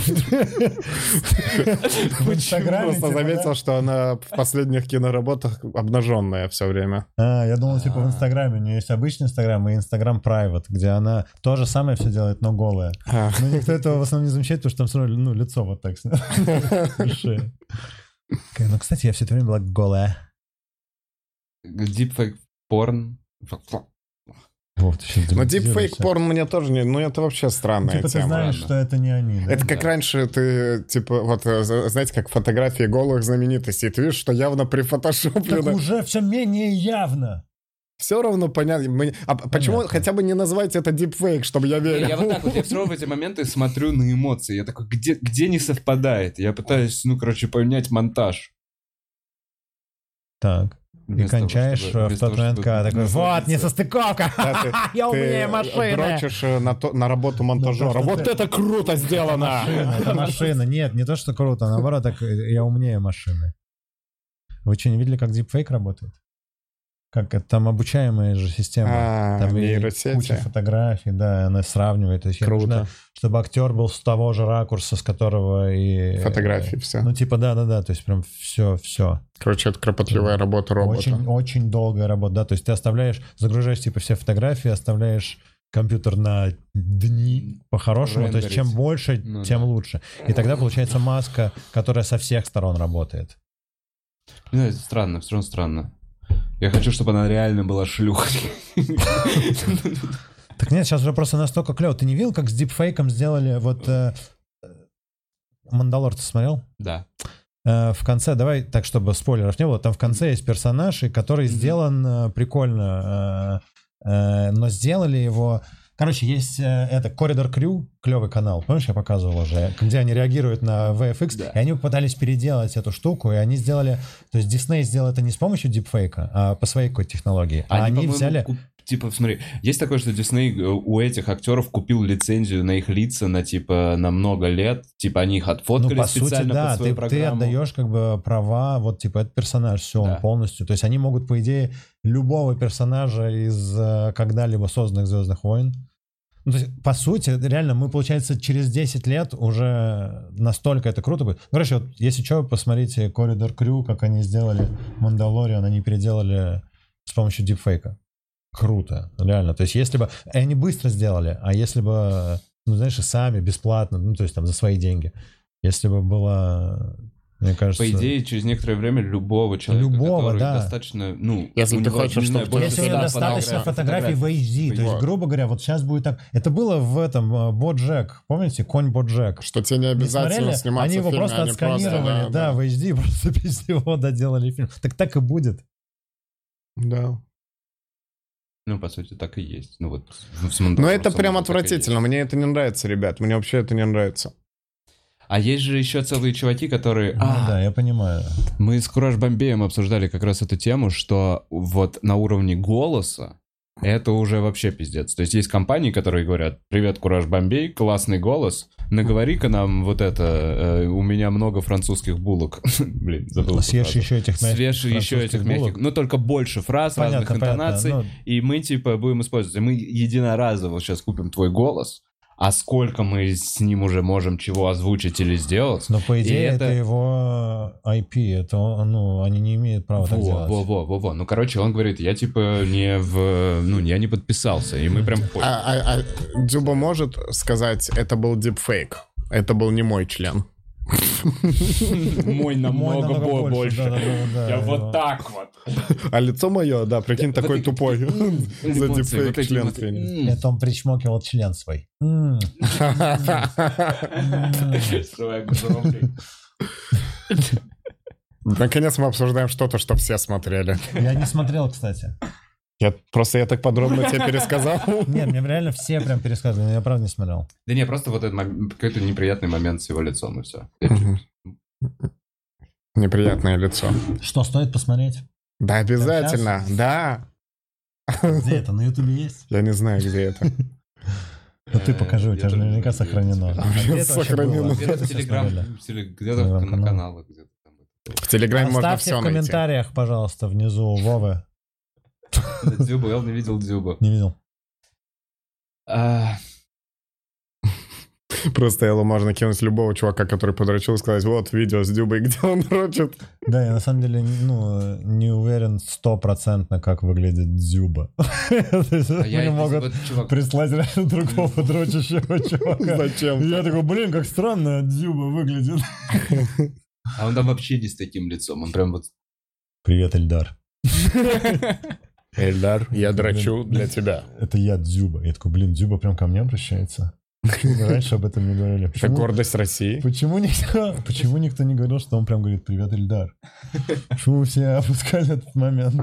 В Инстаграме, Просто типа, заметил, да? что она в последних киноработах обнаженная все время. А, я думал, типа в А. Инстаграме. У нее есть обычный Инстаграм и Инстаграм Private, где она то же самое все делает, но голая. А, Но никто этого в основном не замечает, потому что там все равно ну, лицо вот так. снято. Шея. Ну, кстати, я все это время была голая. Deepfake порн. Вов, ты сейчас Но демонтируешься. deepfake порн мне тоже не... Ну, это вообще странная Типа ты тема. знаешь, ладно. что это не они, да? Это как Да. раньше ты, типа, вот, э, знаете, как фотографии голых знаменитостей. Ты видишь, что явно Так прифотошоплено. уже все менее явно. Все равно понятно. Мы- А почему Понятно. хотя бы не назвать это deepfake, чтобы я верил? Я вот так вот, я все равно в эти моменты смотрю на эмоции. Я такой, где, где не совпадает? Я пытаюсь, ну, короче, поменять монтаж. Так. И Вместо того, кончаешь чтобы- в вместо тот того, момент, чтобы когда такой, вот, насладиться. несостыковка, Да, ты- я Ты умею машины. дрочишь э, на, то- на работу монтажера. Ну, то, что Вот ты- это круто сделано! Машина, это машина. Нет, не то, что круто, а наоборот, так э, я умнее машины. Вы что, не видели, как дипфейк работает? Как это там обучаемая же система. А, Там и нейросети. куча фотографий, да, она сравнивает. То есть ей Круто. нужно, чтобы актер был с того же ракурса, с которого и... Фотографии, все. Ну, типа, да-да-да, то есть прям все, все. Короче, это кропотливая работа робота. Очень, очень долгая работа, да, то есть ты оставляешь, загружаешь, типа, все фотографии, оставляешь компьютер на дни по-хорошему, то есть Рендерить. чем больше, Ну тем да. лучше. И тогда получается маска, которая со всех сторон работает. Ну, это странно, все равно странно. Я хочу, чтобы она реально была шлюхой. Так нет, сейчас уже просто настолько клево. Ты не видел, как с дипфейком сделали вот... э, «Мандалор» ты смотрел? Да. Э, в конце, давай так, чтобы спойлеров не было, там в конце есть персонаж, и который сделан э, прикольно, э, э, но сделали его... Короче, есть э, это Corridor Crew, клевый канал, помнишь, я показывал уже, где они реагируют на ви эф икс, Да. и они попытались переделать эту штуку, и они сделали... То есть Disney сделал это не с помощью дипфейка, а по своей какой-то технологии. А они, по-моему, взяли... куп- Типа, смотри, есть такое, что Дисней э, у этих актеров купил лицензию на их лица на, типа, на много лет. Типа, они их Ну, отфоткали по сути, специально да, под свою ты, ты программу. отдаешь как бы права, вот типа этот персонаж, все, Да. он полностью. То есть они могут, по идее, любого персонажа из э, когда-либо созданных «Звездных войн». Ну, то есть, по сути, реально, мы, получается, через десять лет уже настолько это круто будет. Ну, короче, вот, если что, посмотрите Corridor Crew, как они сделали «Мандалориан», они переделали с помощью дипфейка. Круто, реально. То есть, если бы... И они быстро сделали, а если бы, ну, знаешь, и сами, бесплатно, ну, то есть, там, за свои деньги. Если бы было, мне кажется... По идее, через некоторое время любого человека, Любого, который да. достаточно, ну... Если у ты него, хочешь, не знаю, чтобы больше Если у сюда него ста достаточно фотографий в эйч ди, то есть, Вот. грубо говоря, вот сейчас будет так... Это было в этом э, Боджек, помните, конь Боджек? Что тебе не Не обязательно смотрели? сниматься Они в его фильме, просто они отсканировали, просто, да, в эйч ди, просто без него доделали фильм. Так так и будет. Да. Ну, по сути, так и есть. Ну, вот, с Но Мандалорцем это прям так и есть. отвратительно. Мне это не нравится, ребят. Мне вообще это не нравится. А есть же еще целые чуваки, которые... Ну А, да, я понимаю. мы с Кураж Бомбеем обсуждали как раз эту тему, что вот на уровне голоса это уже вообще пиздец. То есть есть компании, которые говорят: привет, Кураж Бомбей, классный голос, наговори-ка нам вот это, э, у меня много французских булок. Блин, забыл. Съешь эту фразу. еще этих мягких Съешь еще французских этих мягких, булок. ну только больше фраз, разных Понятно, понятно. интонаций, Ну, и мы типа будем использовать. И мы единоразово сейчас купим твой голос, а сколько мы с ним уже можем чего озвучить или сделать. но по идее И это... это- его ай пи, это, он, ну, они не имеют права так Во, делать. во, во, во, во. Ну, короче, он говорит, я типа не в... Ну, я не подписался, и мы прям... поняли. А, а- а Дзюба может сказать, это был дипфейк. Это был не мой член. Мой Мой намного намного бо- больше. да, да, да, да, Я да. вот так вот. А лицо мое, да, прикинь, Вот такой эти- тупой. За Эмоции, дипфейк вот эти член эмоции. принял. М. Это он причмокивал член свой. М. Свой огромный. Наконец мы обсуждаем что-то, что все смотрели. Я не смотрел, кстати. Я просто я так подробно тебе пересказал. Нет, мне реально все прям пересказывали, но я правда не смотрел. Да не, просто вот этот мом- какой-то неприятный момент с его лицом, и все. Мгм. Неприятное лицо. Что, стоит посмотреть? Да, обязательно, да. Где это? На Ютубе есть? Я не знаю, где это. Ну ты покажи, у тебя Я же тоже наверняка не знаю, сохранено. где А где это вообще Сохранено. было? Где-то Где в это Телеграм, смотрели? в теле- где-то на Телеграм-канал. каналах. Где-то там. В Телеграме можно Оставьте все в найти. комментариях, пожалуйста, внизу у Вовы. Дзюба, я не видел Дзюба. Не видел. А, Просто его можно кинуть любого чувака, который подрочил, и сказать, вот видео с Дюбой, где он дрочит. Да, я на самом деле ну, не уверен стопроцентно, как выглядит Дзюба. То есть а я Мне могут вот, чувак, прислать реально другого дрочащего чувака. Зачем? И я такой, блин, как странно Дзюба выглядит. а он там вообще не с таким лицом, он прям вот... Привет, Эльдар. Эльдар, я дрочу для тебя. Это я Дзюба. Я такой, блин, Дзюба прям ко мне обращается. Раньше об этом не говорили. Это Почему, гордость России. почему, никто, почему никто не говорил, что он прям говорит «Привет, Эльдар»? Почему все опускали этот момент?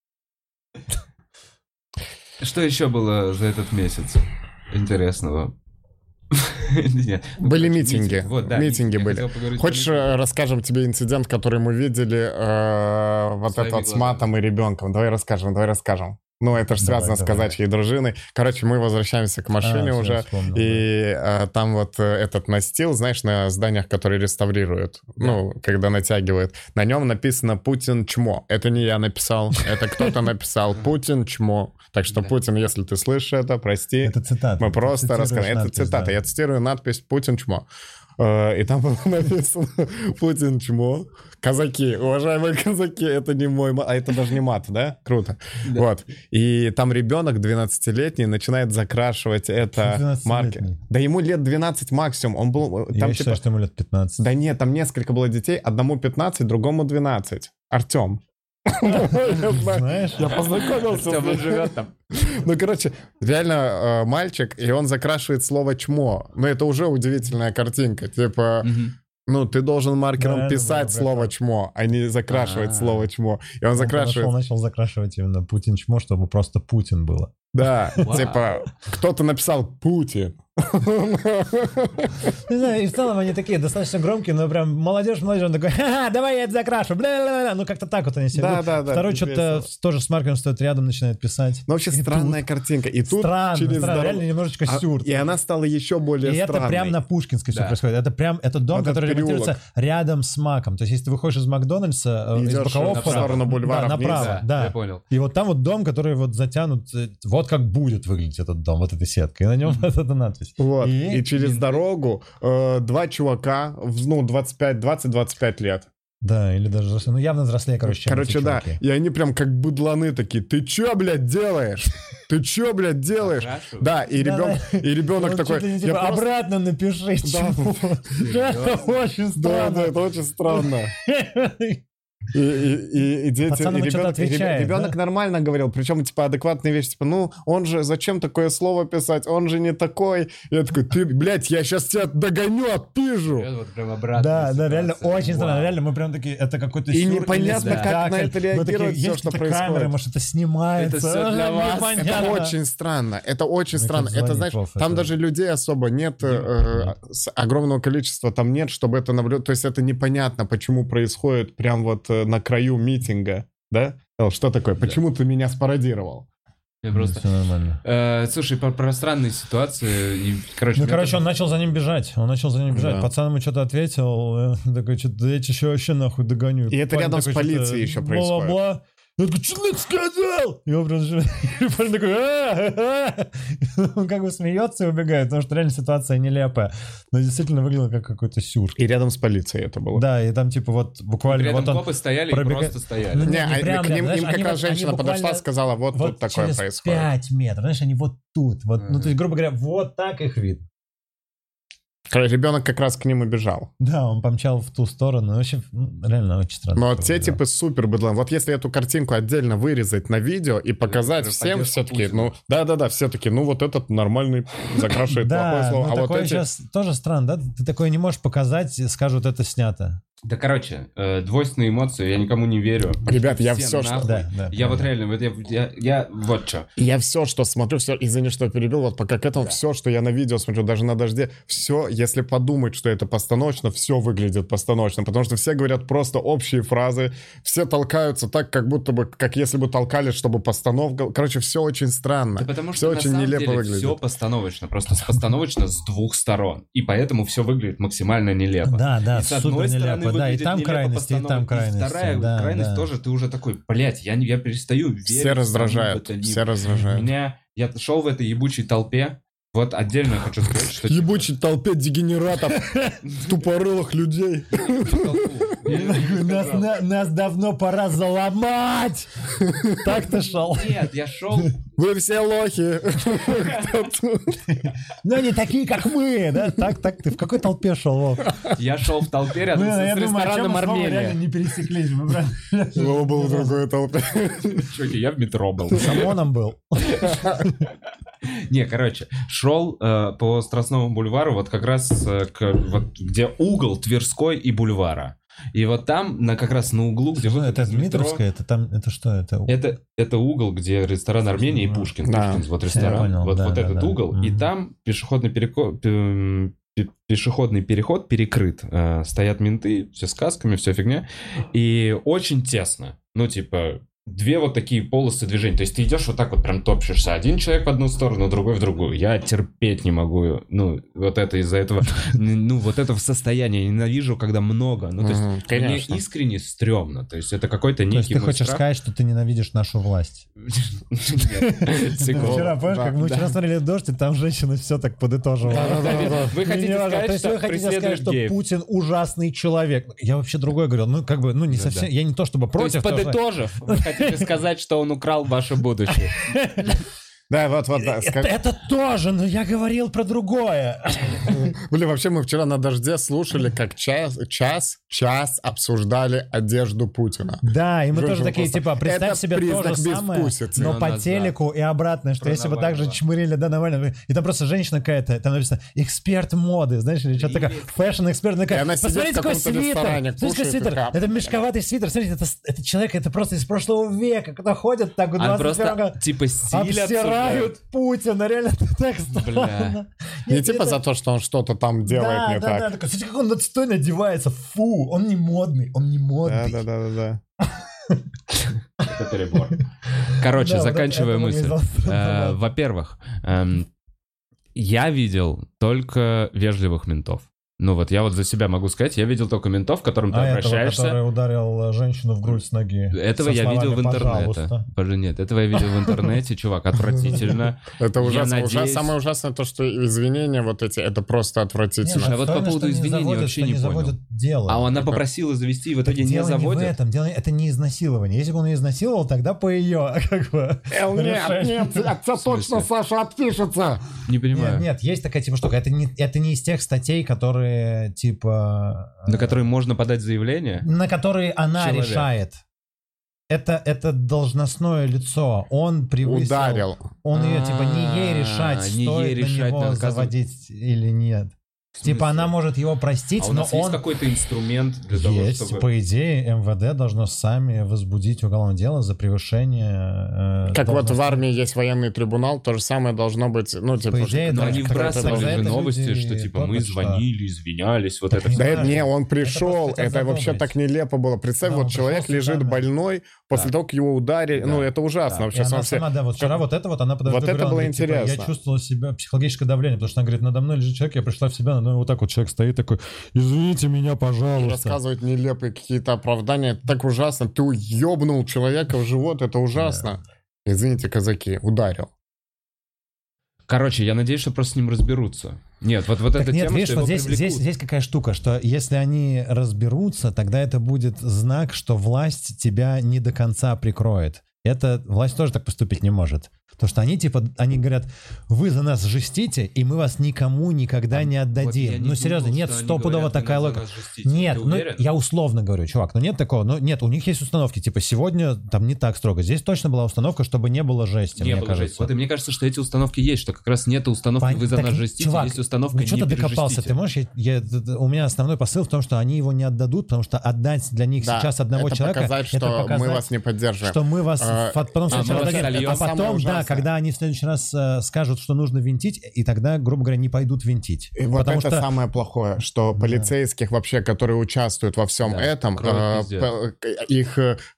Что еще было за этот месяц интересного? Нет, ну, Были короче, митинги. митинг. Вот, да, Митинги я были. хотел поговорить Хочешь, про митинги. э, расскажем тебе инцидент, который мы видели э, вот Своими это вот с глазами. матом и ребенком? Давай расскажем, давай расскажем. Ну, это же Давай, связано с давай. казачьей дружиной. Короче, мы возвращаемся к машине А, всё, уже. вспомнил, И э, там вот э, этот настил, знаешь, на зданиях, которые реставрируют, ну, когда натягивают, на нем написано «Путин чмо». Это не я написал, это кто-то написал «Путин чмо». Так что, Да. Путин, если ты слышишь это, прости. Это цитата. Мы Ты просто цитируешь рассказываем. Это надпись, цитата. да. Я цитирую надпись «Путин чмо». Э, И там было написано «Путин чмо». Казаки, уважаемые казаки, это не мой мат. А это даже не мат, да? Круто. Вот. И там ребенок двенадцатилетний начинает закрашивать это двенадцатилетний? маркер. Да ему лет двенадцать максимум. Он был... Я Там считаю, типа... что ему лет пятнадцать. Да нет, там несколько было детей. Одному пятнадцать, другому двенадцать. Артем. Знаешь? Я познакомился с ним. живет там. Ну, короче, реально э, мальчик, и он закрашивает слово «чмо». Ну, это уже удивительная картинка. Типа, ну, ты должен маркером Да, писать да, слово братан. «чмо», а не закрашивать А-а-а. слово «чмо». И он Он закрашивает... подошел, начал закрашивать именно Путин чмо, чтобы просто Путин было. Да, Вау. типа, кто-то написал «Путин». Не знаю, и в целом они такие достаточно громкие, но прям молодежь, молодежь, он такой, ха-ха, давай я это закрашу, бля-бля-бля. Ну, как-то так вот они себя Да, ведут. да, да. Второй что-то весело. тоже с маркером стоит рядом, начинает писать. Ну, вообще И странная тут- картинка. И тут Странно, через странно, дорогу- реально немножечко А- сюр. И она стала еще более И это странной. прям на Пушкинской все Да. происходит. Это прям, это дом, Вот этот который переулок. ремонтируется рядом с Маком. То есть, если ты выходишь из Макдональдса, э, из Идешь бокового в входа, сторону бульвара да, вниз. направо, да. Я понял. И вот там вот дом, который вот затянут, э, вот как будет выглядеть этот дом, вот этой сеткой. И на нем вот эта надпись. Вот. И, И- через дорогу э, два чувака, в, ну, двадцать пять, двадцать-двадцать пять лет. Да, или даже, взрослые. Ну, явно взрослее, короче, чем Короче, эти да. чуваки. И они прям как быдланы такие. Ты чё, блядь, делаешь? Ты чё, блядь, делаешь? Закрашивают? Да, и, Да, ребен... да. и ребенок Он такой... чуть ли не я типа, просто- обратно напиши, чему. Это очень Да, да, странно. это очень странно. И, и, и, и дети, Пацан и ему что-то ребенок, и ребе- отвечает, ребенок да? нормально говорил, причем типа адекватные вещи, типа, ну, он же, зачем такое слово писать, он же не такой. Я такой, ты, блядь, я сейчас тебя догоню, отпижу. Вот, вот прям обратная Да, да, реально ситуация. очень странно. Вау. Реально мы прям такие, это какой-то И сюр или непонятно, как спектакль. на это Мы такие, реагирует всё, есть что какие-то камеры, происходит. может, это снимается. Это всё для а, вас. непонятно. Это очень странно, это очень Мне странно. тут Это, звонит знаешь, Вов, там это- даже людей особо нет, э, с- огромного количества там нет, чтобы это наблюдать. То есть это непонятно, почему происходит прям вот э, на краю митинга, да? Эл, что такое? Почему ты меня спародировал? Я просто... Все нормально. Э, слушай, про, про странные ситуации. И, короче, Ну, мне короче, тоже- он начал за ним бежать. Он начал за ним бежать. Да. Пацан ему что-то ответил. э, Такой, что-то, я тебя еще вообще нахуй догоню. И это Парень рядом с такой, полицией что-то еще происходит. Бла-бла-бла. Я такой, что ты сказал? И он просто... и парень такой, «А-а-а». Он как бы смеется и убегает, потому что реально ситуация нелепая. Но действительно выглядело как какой-то сюр. И рядом с полицией это было. Да, и там типа вот буквально Рядом вот он... копы стояли пробега- и просто стояли. Ну, Не, не а прям к ним, рядом, им знаешь, как они раз вот- они женщина подошла, буквально сказала, вот, вот тут такое через происходит. пять метров, знаешь, они вот тут. Вот, ну, то есть, грубо говоря, вот так их видно. Ребенок как раз к ним и бежал. Да, он помчал в ту сторону. Вообще, ну, реально очень странно. Но что те выглядело. типы супер быдлан. Вот если эту картинку отдельно вырезать на видео и показать который всем, пойдет все по таки Путину. ну, да-да-да, все таки ну, вот этот нормальный закрашивает плохое Да, слово. ну А вот такое эти... сейчас тоже странно, да? Ты такое не можешь показать, скажут, это снято. Да, короче, э, двойственные эмоции, я никому не верю. Ребят, я Все все, что... нахуй. Да, да, Я вот правда. реально, вот я, я, я вот что. Я все, что смотрю, все, извини, что я перебил, вот пока к этому, все, что я на видео смотрю, даже на дожде, все, если подумать, что это постановочно, все выглядит постановочно, потому что все говорят просто общие фразы, все толкаются так, как будто бы, как если бы толкали, чтобы постановка, короче, все очень странно. Да потому все что очень на самом нелепо деле выглядит. все постановочно, просто постановочно с двух сторон. И поэтому все выглядит максимально нелепо. Да, да, И с одной супер стороны нелепо, да, и выглядит там нелепо крайности, и там постановочно, крайности. И вторая да, крайность да. тоже, ты уже такой, блядь, я, не- я перестаю верить. Все кому раздражают, бы то ни все было. раздражают. Меня, я шел в этой ебучей толпе, вот отдельно хочу сказать, что... Ебучей толпе дегенератов, тупорылых людей. Толпу. Нас, на, нас давно пора заломать! Так ты шел? Нет, я шел... Вы все лохи. Ну, они такие, как мы, да? Так, так, ты в какой толпе шел, Вов? Я шел в толпе рядом Мы, с я думаю, а чем рестораном мы с Вовой реально Армения. не пересеклись? Мы правда- Вова был в другой толпе. Чуваки, я в метро был. С ОМОНом был. Не, короче, шел э, по Страстному бульвару, вот как раз э, к, вот, где угол Тверской и бульвара. И вот там, на, как раз на углу, где Что, выход это из метро, Дмитровская? Это там, это что? Это... Это, это угол, где ресторан Армения и Пушкин. Да. Пушкин, вот Всё, я ресторан. понял, вот да, вот да, этот да. угол. И Мгм. там пешеходный, переко- пе- пе- пешеходный переход перекрыт. Э, стоят менты, все с касками, вся фигня. И очень тесно. Ну, типа, две вот такие полосы движения. То есть ты идешь вот так вот прям топчешься. Один человек в одну сторону, другой в другую. Я терпеть не могу. Ну, вот это из-за этого... Ну, вот это в состоянии. Я ненавижу, когда много. Ну, то есть Мгм, мне конечно. искренне стрёмно. То есть это какой-то То есть некий ты мой хочешь страх. сказать, что ты ненавидишь нашу власть? Нет, секунду. Вчера, помнишь, да, как мы да. вчера смотрели «Дождь», и там женщина все так подытоживала. Вы хотите Не важно. сказать, То есть что вы хотите сказать, преследуешь что геев? Путин ужасный человек. Я вообще другое говорил. Ну, как бы, ну, не Да, совсем... да. Я не то чтобы То есть, против... того, что- подытожив, вы хотите сказать, что он украл ваше будущее? Да, вот, вот, да. Это, ска- это тоже, но я говорил про другое. Блин, вообще мы вчера на «Дожде» слушали, как час, час, час обсуждали одежду Путина. Да, и мы Жужу тоже такие, просто. типа, представь Это себе то признак же самое, безвкусицы. но Но по назад. телеку и обратно, что Про если бы так же Навального. чмырили, да, Навального, и там просто женщина какая-то, там написано «эксперт моды», знаешь, или что-то такое, фэшн-эксперт, И такая, она сидит в посмотрите, какой каком-то свитер, ресторане, смотрите, какой кушает и свитер, хапает. это мешковатый свитер, смотрите, это, это человек, это просто из прошлого века, кто ходит так в Он двадцать первом просто, году, типа, стиль обсуждает. обсирают Путина, реально, это так странно. Не Нет, типа это- за то, что он что-то там делает да, не да, так. да, такой, смотрите, как он отстойно одевается, фу, он не модный, он не Да, модный. да, да, да, да. Это перебор. Короче, Да, вот заканчивая это- это мысль. выглядело Э, странно. Во-первых, эм, я видел только вежливых ментов. Ну вот, я вот за себя могу сказать, я видел только ментов, к которым ты А этого, обращаешься. который ударил женщину в грудь с ноги. Этого со я видел в словами интернете. «Пожалуйста». Боже, нет, этого я видел в интернете, чувак, отвратительно. Это Я ужасно. надеюсь- Ужас- Самое ужасное то, что извинения вот эти, это просто Не, отвратительно. а вот по отстойно, поводу что не извинений заводят, вообще что не понял. заводят дело. А она Это- попросила завести, и в итоге не Дело не в заводят. этом, дело это не изнасилование. Если бы он ее изнасиловал, тогда по ее как бы Эл, нет, решению. нет, от тебя точно Саша отпишется. Не понимаю. Нет, нет, есть такая типа штука. Это не, это не из тех статей, которые типа... На которые можно подать заявление? На которые она Человек. решает. Это, это должностное лицо. Он превысил... Ударил. Он ее, типа, не ей А, решать, не стоит ей на решать, него наказывать. заводить или нет. В смысле? Типа, она может его простить, А у но нас есть он... какой-то инструмент для того, Есть. чтобы... По идее, эм вэ дэ должно сами возбудить уголовное дело за превышение... э, Как вот в должностных- армии есть военный трибунал, то же самое должно быть, ну, типа... По идее, Но да, они как раз вбрасывали за же это новости, люди что типа мы топят, что- звонили, извинялись, вот Так это не все. Да важно. не, он Это пришел, просто хотят это вообще задобрить. так нелепо было. Представь, Да, вот он человек пришел лежит сюда, да. больной, после Да. того, как его ударили, Да. ну, это ужасно. Да. И Вообще, она сам себе- сама, да, вот вчера вот это вот она подошла, Вот это говорила, было она говорит, типа, интересно. я чувствовала себя, психологическое давление, потому что она говорит, надо мной лежит человек, я пришла в себя, надо мной вот так вот человек стоит такой, извините меня, пожалуйста. рассказывать нелепые какие-то оправдания, это так ужасно. Ты ёбнул человека в живот, это ужасно. Извините, казаки, ударил. Короче, я надеюсь, что просто с ним разберутся. Нет, вот, вот Так эта нет, тема, видишь, что вот его здесь, привлекут. здесь, здесь какая штука, что если они разберутся, тогда это будет знак, что власть тебя не до конца прикроет. Это власть тоже так поступить не может. Потому что они типа, они говорят, вы за нас жестите, и мы вас никому никогда не отдадим. Вот я не Ну серьезно, думал, нет что они стопудово говорят, вы такая за логика. нас жестите. Нет, Ты ну уверен? я условно говорю, чувак, ну нет такого, ну нет, у них есть установки, типа сегодня там не так строго. Здесь точно была установка, чтобы не было жести, Не мне было кажется. жести. Вот и мне кажется, что эти установки есть, что как раз нет установки, Пон- вы за так, нас жестите, чувак, есть установка, ну не что ты докопался? пережестите. Ты можешь, я, я- т- т- у меня основной посыл в том, что они его не отдадут, потому что отдать для них Да, сейчас одного это человека, показать, что это показать, мы вас не поддерживаем. что мы вас А, фа- потом в а, следующий мы раз вас отдадим. сольем. А Это самое потом, да, ужасное. когда они в следующий раз э, скажут, что нужно винтить, и тогда, грубо говоря, не пойдут винтить. И вот Потому это что самое плохое, что полицейских вообще, которые участвуют во всем Да, этом, кроют э, пиздец. п- их э,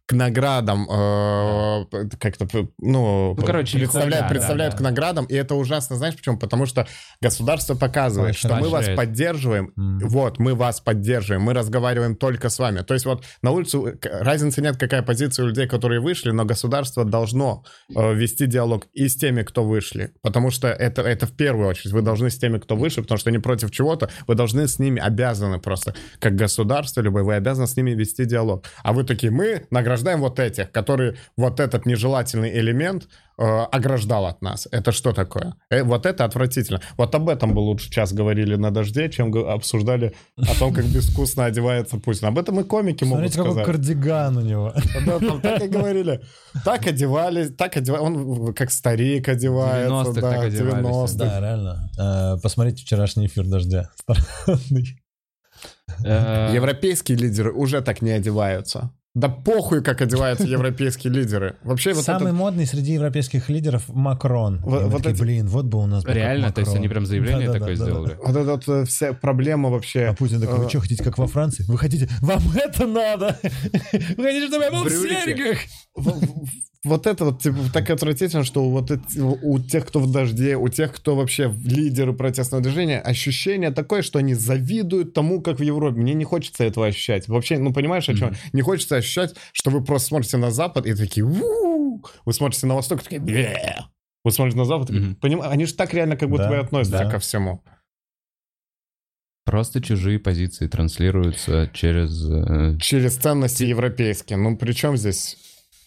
к наградам э, как-то, ну, ну короче, представляют, да, представляют да, к да. наградам, и это ужасно, знаешь почему? Потому что государство показывает, что мы вас поддерживаем, Mm. вот, мы вас поддерживаем, мы разговариваем только с вами. То есть вот на улицу разницы нет, какая позиция у людей, которые вышли, но государство должно э, вести диалог и с теми, кто вышли, потому что это, это в первую очередь, вы должны с теми, кто вышли, потому что они против чего-то, вы должны с ними, обязаны просто, как государство любое, вы обязаны с ними вести диалог. А вы такие, мы награждаем вот этих, которые вот этот нежелательный элемент э, ограждал от нас. Это что такое? Э, вот это отвратительно. Вот об этом бы лучше час говорили на дожде, чем г- обсуждали о том, как безвкусно одевается Путин. Об этом и комики могут Смотрите, какой сказать. кардиган у него. Да, там так и говорили. Так одевались, так одевались. Он как старик одевается. девяностых Да, так одевались. девяностых. Да, реально. Э, Посмотрите вчерашний эфир «Дождя». Странный. Э, Европейские лидеры уже так не одеваются. Да похуй, как одеваются европейские лидеры. Вообще вот Самый это... модный среди европейских лидеров Макрон. Вот- И мы вот такие, эти- блин, вот бы у нас был как Реально? То есть Макрон. они прям заявление Да-да-да, такое да-да. сделали? Вот эта вот э, вся проблема вообще... А Путин такой, вы э, что, хотите, как во Франции? Вы хотите, вам это надо? Вы хотите, чтобы я был в Брюлики. серьгах? в- в- Вот это вот типа, так отвратительно, что вот эти- у тех, кто в дожде, у тех, кто вообще лидеры протестного движения, ощущение такое, что они завидуют тому, как в Европе. Мне не хочется этого ощущать. Вообще, ну понимаешь, о чем? Мгм. Не хочется ощущать, что вы просто смотрите на Запад и такие, «У-у-у». Вы смотрите на Восток и такие, «Бе». Вы смотрите на Запад и такие, Мгм. «Поним- они же так реально как будто Да, бы относятся да. ко всему. Просто чужие позиции транслируются через... э, Через ценности европейские. Ну при чем здесь...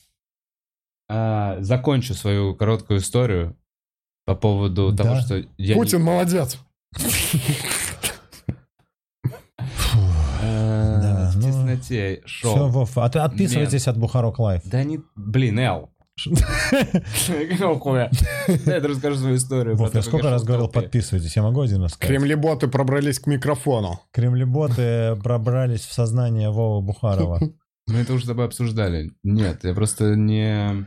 а, закончу свою короткую историю по поводу Да. того, что... Я не- Путин молодец. Э, Да, в ну, тесноте Все, шоу. Вов, а ты отписывайтесь от Бухарок Лайф. Да не... Блин, Эл. Какого хуя? Да, я расскажу свою историю. Вов, про я то, как сколько шел раз в говорил, толпе. подписывайтесь. Я могу один раз сказать? Кремлеботы пробрались к микрофону. Кремлеботы пробрались в сознание Вовы Бухарова. Мы это уже с тобой обсуждали. Нет, я просто не...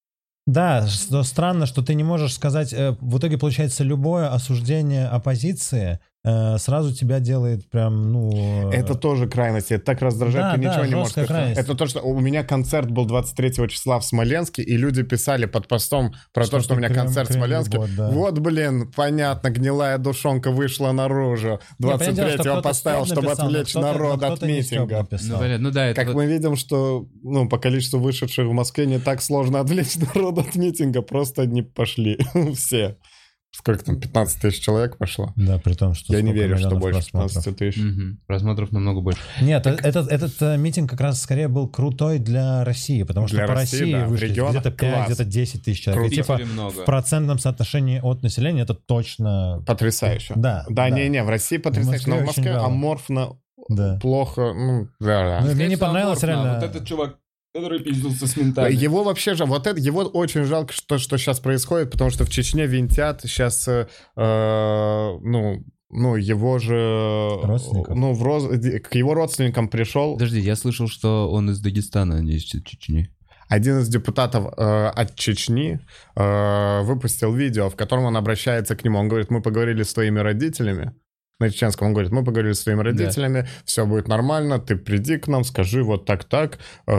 Да, что странно, что ты не можешь сказать... э, В итоге, получается, любое осуждение оппозиции э, сразу тебя делает прям, ну... э, Это тоже крайность. Это так раздражает, Да, ты да, ничего не можешь жесткая сказать. крайность. Это то, что у меня концерт был двадцать третьего числа в Смоленске, и люди писали под постом про Что то, что у ты меня крем- концерт в Смоленске. кремлебот, да. Вот, блин, понятно, гнилая душонка вышла наружу. Не, понятное дело, что двадцать третьего кто-то поставил, Стёб чтобы написал, но отвлечь кто-то- народ но от кто-то не Стёб митинга. написал. Ну, блин, ну да, это... Как вот- мы видим, что ну, по количеству вышедших в Москве не так сложно отвлечь народ от митинга. Просто не пошли все. Сколько там, пятнадцать тысяч человек пошло? Да, при том, что... Я не сколько верю, что миллионов больше просмотров. пятнадцать тысяч. Мгм. Просмотров намного больше. Нет, э- этот, этот э, митинг как раз скорее был крутой для России, потому что Для по России, России да, в вышли регионах где-то пять, класс. где-то десять тысяч человек. И, Круто. типа, много. в процентном соотношении от населения это точно... Потрясающе. Да, Да, да. не-не, в России потрясающе, Москве но в очень Москве вяло. аморфно, Да. плохо, ну, да, Ну, да. мне не Скорее понравилось всего, реально... Вот этот чувак, который пиздился с ментами. Его вообще же, вот это, его очень жалко, что, что сейчас происходит, потому что в Чечне винтят сейчас, э, э, ну, ну, его же... Родственников? Ну, в роз... к его родственникам пришел Подожди, я слышал, что он из Дагестана, а не из Чечни. один из депутатов э, от Чечни, э, выпустил видео, в котором он обращается к нему. Он говорит, мы поговорили с твоими родителями. На чеченском он говорит, мы поговорили с твоими родителями, все будет нормально, ты приди к нам, скажи вот так-так,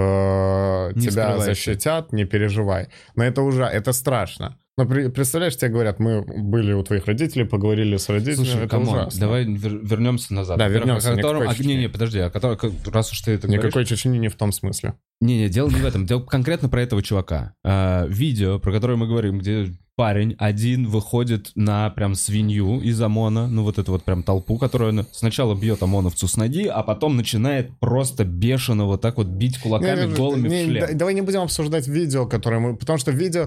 э, Не тебя скрывайся. защитят, не переживай. Но это уже, это страшно. Но при- представляешь, тебе говорят, мы были у твоих родителей, поговорили с родителями, Слушай, это камон, ужасно. давай вер- вернемся назад. Да, Во-первых, вернемся, о котором- никакой а, Не, не, Чечни. подожди, о котором, как- раз уж ты это говоришь... Никакой Чечни не в том смысле. Не-не, дело не в этом, дело конкретно про этого чувака. А, видео, про которое мы говорим, где парень один выходит на прям свинью из ОМОНа, ну вот эту вот прям толпу, которая сначала бьет ОМОНовцу с ноги, а потом начинает просто бешено вот так вот бить кулаками Не, не, голыми не, в шлем. да- Давай не будем обсуждать видео, которое мы... Потому что видео,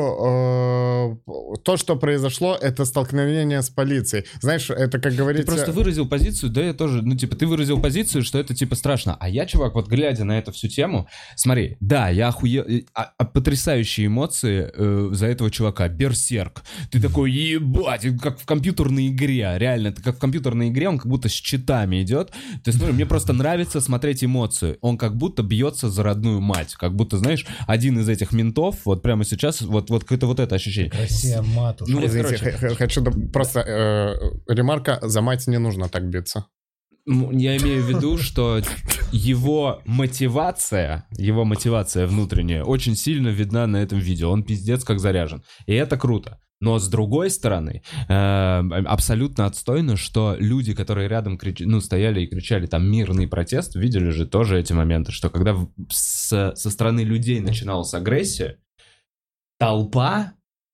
ну, э, то, что произошло, это столкновение с полицией. Знаешь, это, как Ты говорится... просто выразил позицию, да, я тоже, ну, типа, ты выразил позицию, что это, типа, страшно. А я, чувак, вот глядя на эту всю тему, смотри, да, я охуел... а- а потрясающие эмоции э, за этого чувака. Берсерк. Ты такой, ебать, это как в компьютерной игре, реально, это как в компьютерной игре, он как будто с читами идет. Ты смотри, мне просто нравится смотреть эмоцию. Он как будто бьется за родную мать, как будто, знаешь, один из этих ментов, вот прямо сейчас, вот, вот это вот это ощущение. Россия матушка. Ну, вот, Извините, короче. х- х- хочу да- просто... э, ремарка, за мать не нужно так биться. Я имею в виду, что его мотивация, его мотивация внутренняя очень сильно видна на этом видео. Он пиздец как заряжен. И это круто. Но с другой стороны, э, абсолютно отстойно, что люди, которые рядом крич... ну, стояли и кричали там мирный протест, видели же тоже эти моменты, что когда в... с... со стороны людей начиналась агрессия, толпа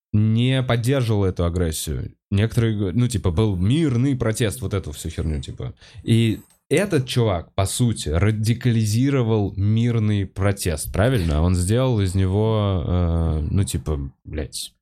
не поддерживала эту агрессию. Некоторые, ну, типа, был мирный протест, вот эту всю херню, типа. И этот чувак, по сути, радикализировал мирный протест, правильно? Он сделал из него, э, ну, типа, блядь...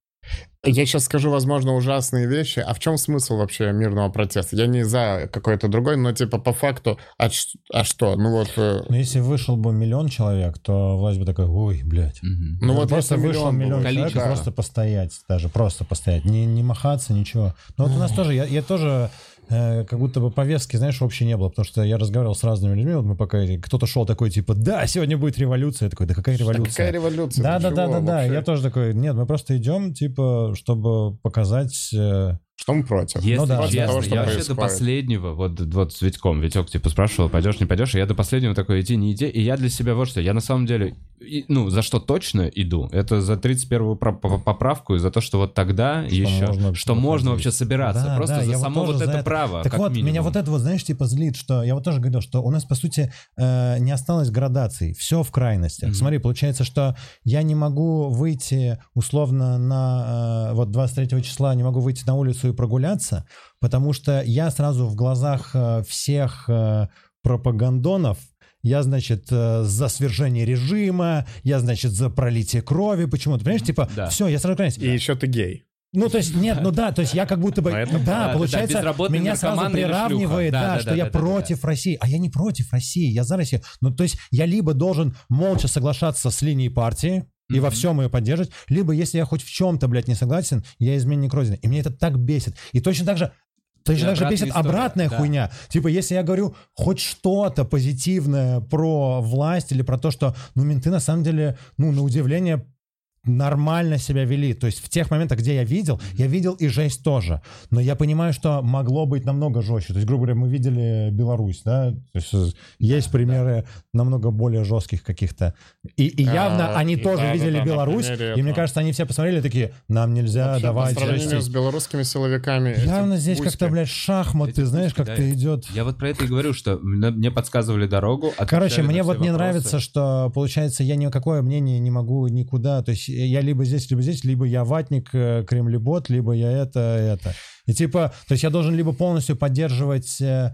Я сейчас скажу, возможно, ужасные вещи. А в чем смысл вообще мирного протеста? Я не за какой-то другой, но типа по факту, а, а что? Ну вот... Ну если вышел бы миллион человек, то власть бы такая, ой, блядь. Угу. Ну, ну вот просто вышел миллион человек, да. Просто постоять даже, просто постоять. Не, не махаться, ничего. Но вот у нас тоже, я, я тоже... как будто бы повестки, знаешь, вообще не было, потому что я разговаривал с разными людьми, вот мы пока кто-то шел такой, типа, да, сегодня будет революция, я такой, да какая революция? Да какая революция? Да, да, да, да, да, я тоже такой, нет, мы просто идем, типа, чтобы показать... Что мы против? Если ну, да, честно, того, что я происходит. вообще до последнего, вот, вот с Витьком, Витек типа спрашивал, пойдешь, не пойдешь, и я до последнего такой, иди, не иди, и я для себя вот что, я на самом деле, и, ну, за что точно иду, это за тридцать первую поправку и за то, что вот тогда что еще, можно что можно вообще собираться, да, просто да, за само вот, вот это, это право, так как вот, минимум. Меня вот это вот, знаешь, типа злит, что я вот тоже говорил, что у нас, по сути, э, не осталось градаций, все в крайностях. Mm-hmm. Смотри, получается, что я не могу выйти, условно, на, э, вот двадцать третьего числа не могу выйти на улицу и прогуляться, потому что я сразу в глазах э, всех э, пропагандонов, я, значит, э, за свержение режима, я, значит, за пролитие крови, почему-то, понимаешь, типа, да. все, я сразу крайность. И да. еще ты гей. Ну, то есть, нет, ну да, то есть я как будто бы, это, да, да, получается, да, меня сразу приравнивает, да, да, да, что да, я да, против да, России, а я не против России, я за Россию. Ну, то есть я либо должен молча соглашаться с линией партии, и mm-hmm. во всем ее поддерживать, либо если я хоть в чем-то, блядь, не согласен, я изменник Родины. И мне это так бесит. И точно так же, точно так же бесит история. Обратная да. хуйня. Типа, если я говорю хоть что-то позитивное про власть или про то, что, ну, менты на самом деле, ну, на удивление, нормально себя вели. То есть в тех моментах, где я видел, mm-hmm. я видел и жесть тоже. Но я понимаю, что могло быть намного жестче. То есть, грубо говоря, мы видели Беларусь, да? То есть есть примеры да. намного более жестких каких-то. И, и явно а, они и тоже да, видели да, Беларусь. И этого. Мне кажется, они все посмотрели такие, нам нельзя вообще, давать... По сравнению с белорусскими силовиками... Явно здесь гуськи. Как-то, блядь, шахматы, эти знаешь, гуськи, как-то да, идет. Я вот про это и говорю, что мне подсказывали дорогу. Короче, мне вот не вопросы. Нравится, что, получается, я никакое мнение не могу никуда. То есть я либо здесь, либо здесь, либо я ватник, кремлебот, либо я это, это. И типа, то есть я должен либо полностью поддерживать э,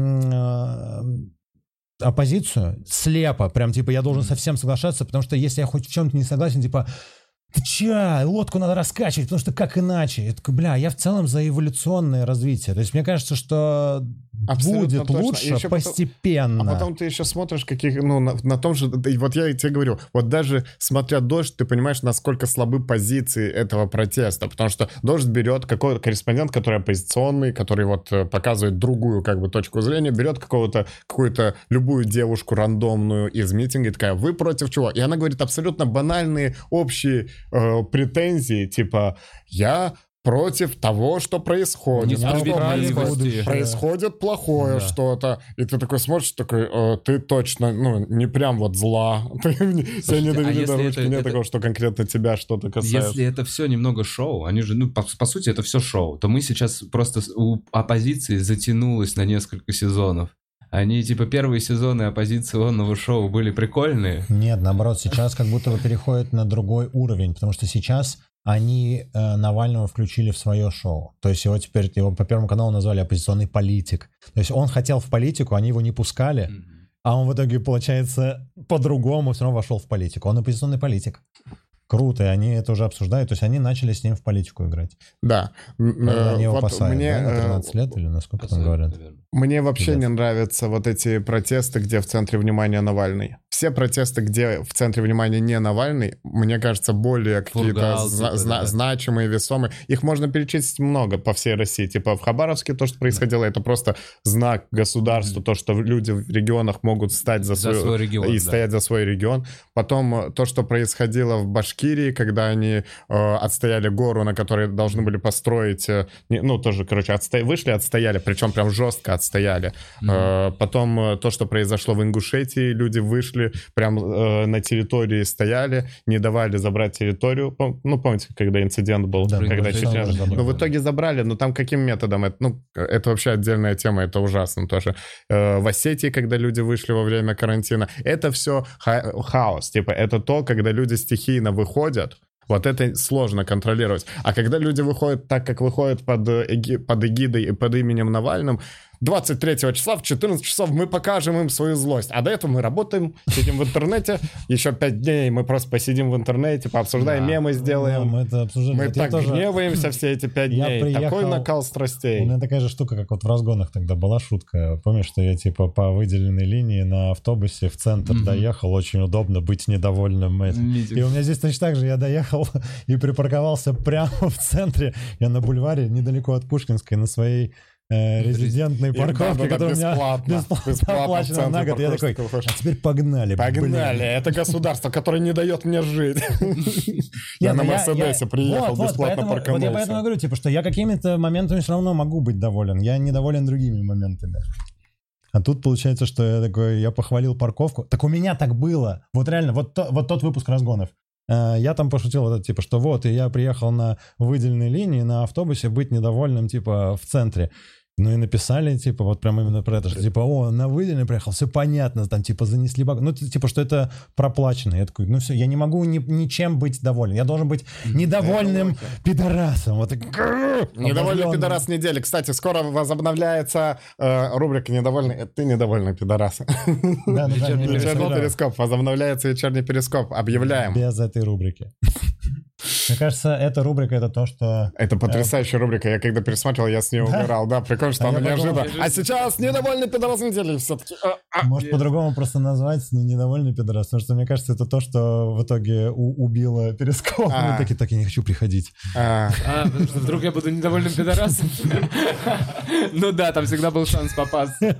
э, оппозицию слепо, прям типа я должен совсем соглашаться, потому что если я хоть в чем-то не согласен, типа, ты че, лодку надо раскачивать, потому что как иначе? Я такой, бля, я в целом за эволюционное развитие. То есть мне кажется, что абсолютно будет точно. Лучше постепенно. Потом, а потом ты еще смотришь, каких, ну, на, на том же, вот я тебе говорю, вот даже смотря «Дождь», ты понимаешь, насколько слабы позиции этого протеста, потому что «Дождь» берет какой-то корреспондент, который оппозиционный, который вот показывает другую как бы точку зрения, берет какого-то, какую-то любую девушку рандомную из митинга и такая, вы против чего? И она говорит абсолютно банальные общие э, претензии, типа «я против того, что происходит. А что происходит? Происходит плохое да. что-то. И ты такой смотришь, такой, э, ты точно, ну, не прям вот зла. Ты себя не довели до ручки. Нет такого, что конкретно тебя что-то касается. Если это все немного шоу, они же, ну, по, по сути, это все шоу, то мы сейчас просто у оппозиции затянулось на несколько сезонов. Они, типа, первые сезоны оппозиционного шоу были прикольные. Нет, наоборот, сейчас как будто бы переходит на другой уровень, потому что сейчас они э, Навального включили в свое шоу. То есть его теперь, его по Первому каналу назвали оппозиционный политик. То есть он хотел в политику, они его не пускали, mm-hmm. а он в итоге, получается, по-другому все равно вошел в политику. Он оппозиционный политик. Круто, и они это уже обсуждают, то есть они начали с ним в политику играть. Да. Они его вот посадят, мне, да, на тринадцать лет или на сколько там говорят? Мне вообще Пиздец. Не нравятся вот эти протесты, где в центре внимания Навальный. Все протесты, где в центре внимания не Навальный, мне кажется, более какие-то зна- зна- значимые, весомые. Их можно перечислить много по всей России. Типа в Хабаровске то, что происходило, это просто знак государства, mm-hmm. то, что люди в регионах могут стать за, за свой, свой регион и да. стоять за свой регион. Потом то, что происходило в Башкирии, Башкирии, когда они э, отстояли гору, на которой должны были построить, э, не, ну, тоже, короче, отсто... вышли, отстояли, причем прям жестко отстояли. Mm-hmm. Э, потом э, то, что произошло в Ингушетии, люди вышли, прям э, на территории стояли, не давали забрать территорию. Пом... Ну, помните, когда инцидент был? Да, когда Чечня... Ну, в итоге забрали, но там каким методом? Это, ну, это вообще отдельная тема, это ужасно тоже. Э, в Осетии, когда люди вышли во время карантина, это все ха- хаос. Типа, это то, когда люди стихийно выходят, вот это сложно контролировать. А когда люди выходят так, как выходят под, эги- под эгидой и под именем Навальным, двадцать третьего числа в четырнадцать часов мы покажем им свою злость. А до этого мы работаем, сидим в интернете. Еще пять дней мы просто посидим в интернете, пообсуждаем, да, мемы сделаем. Да, мы это обсуждали. Мы вот так тоже... гневаемся все эти пять дней. Приехал... Такой накал страстей. У меня такая же штука, как вот в разгонах тогда была шутка. Помнишь, что я типа по выделенной линии на автобусе в центр mm-hmm. доехал. Очень удобно быть недовольным этим. Mm-hmm. И у меня здесь точно так же. Я доехал и припарковался прямо в центре. Я на бульваре, недалеко от Пушкинской, на своей резидентной парковки, которая у меня бесплатно, бесплатно оплачена на год. Я такой, а теперь погнали. Погнали, блин. Это государство, которое не дает мне жить. Я на Мерседесе приехал, бесплатно парканулся. Я поэтому говорю, типа, что я какими-то моментами все равно могу быть доволен. Я недоволен другими моментами. А тут получается, что я такой, я похвалил парковку. Так у меня так было. Вот реально, вот, то, вот тот выпуск разгонов. Я там пошутил, вот это, типа, что вот, и я приехал на выделенной линии на автобусе быть недовольным, типа, в центре. Ну и написали, типа, вот прям именно про это, что, типа, о, на выделенный приехал, все понятно, там, типа, занесли баг. Ну, типа, что это проплачено. Я такой, ну все, я не могу ни, ничем быть доволен. Я должен быть недовольным пидорасом. Вот так. Недовольный пидорас недели. Кстати, скоро возобновляется э, рубрика «Недовольный». Ты недовольный пидорас. Да, вечерний перископ. Возобновляется вечерний перископ. Объявляем. Без этой рубрики. Мне кажется, эта рубрика — это то, что... Это потрясающая рубрика. Я когда пересматривал, я с ней умирал. Да, прикольно, что а она неожиданно. А сейчас недовольный пидорас недели все-таки. Может, по-другому просто назвать не недовольный пидорас, потому что, мне кажется, это то, что в итоге убило перископ. Мы такие, так, я не хочу приходить. А, потому что вдруг я буду недовольным пидорасом? Ну да, там всегда был шанс попасться.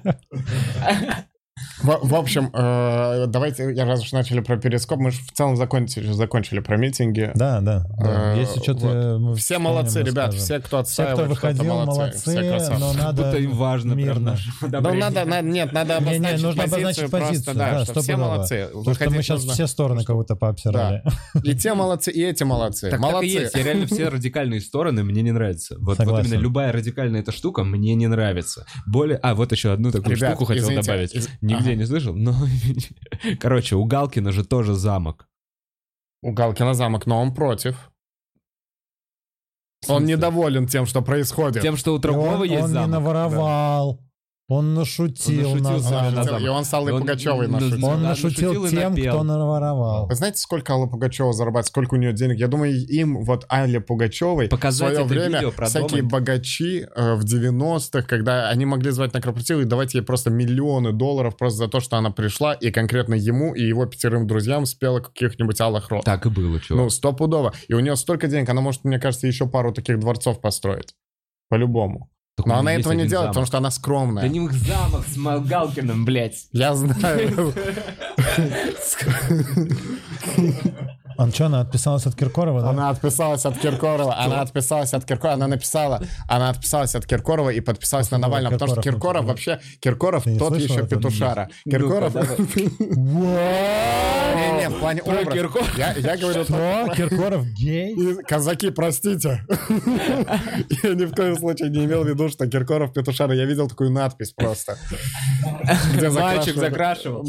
В, в общем, э, давайте, я раз уж начали про перископ, мы же в целом закончили, закончили про митинги. Да, да. да. Э, Если что-то... Вот. Все молодцы, ребят, все, кто отстаивает, все, кто выходил, молодцы, молодцы но надо будто им важно мирно. Ну, надо, надо, нет, надо обозначить не, не, нужно позицию, обозначить позицию, просто, да, да, что все молодцы. Потому что мы сейчас нужно... все стороны кого-то пообсирали. Да. И те молодцы, и эти молодцы. Так, молодцы. Так и есть, я реально все радикальные стороны мне не нравятся. Вот, вот именно любая радикальная эта штука мне не нравится. Более... А, вот еще одну такую Ребят, штуку хотел извините, добавить. Из... Нигде ага. не слышал, но... Короче, у Галкина же тоже замок. У Галкина замок, но он против. Он недоволен тем, что происходит. Тем, что у Тропова он, есть он замок. Он не наворовал. Да. Он нашутил, он нашутил на, на, на И он с Аллой он, Пугачевой нашутил. Он нашутил, нашутил тем, кто наворовал. Вы знаете, сколько Алла Пугачева зарабатывает, сколько у нее денег? Я думаю, им, вот Алле Пугачевой, показать в свое время видео, всякие богачи э, в девяностых, когда они могли звать на корпоративы и давать ей просто миллионы долларов просто за то, что она пришла и конкретно ему и его пятерым друзьям спела каких-нибудь алых роз. Так и было, чувак. Ну, стопудово. И у нее столько денег, она может, мне кажется, еще пару таких дворцов построить. По-любому. Так но она этого не делает, замок. Потому что она скромная. Да не их замок с Галкиным, блядь. Я знаю. А что, она отписалась от Киркорова, да? Она отписалась от Киркорова, она отписалась от Киркорова, она написала, она отписалась от Киркорова и подписалась на Навального, потому что Киркоров вообще, Киркоров тот еще петушара. Киркоров... Не-не, в плане образа. Я говорю... Что? Киркоров гей? Казаки, простите. Я ни в коем случае не имел в виду, что Киркоров петушара. Я видел такую надпись просто. Мальчик закрашивал.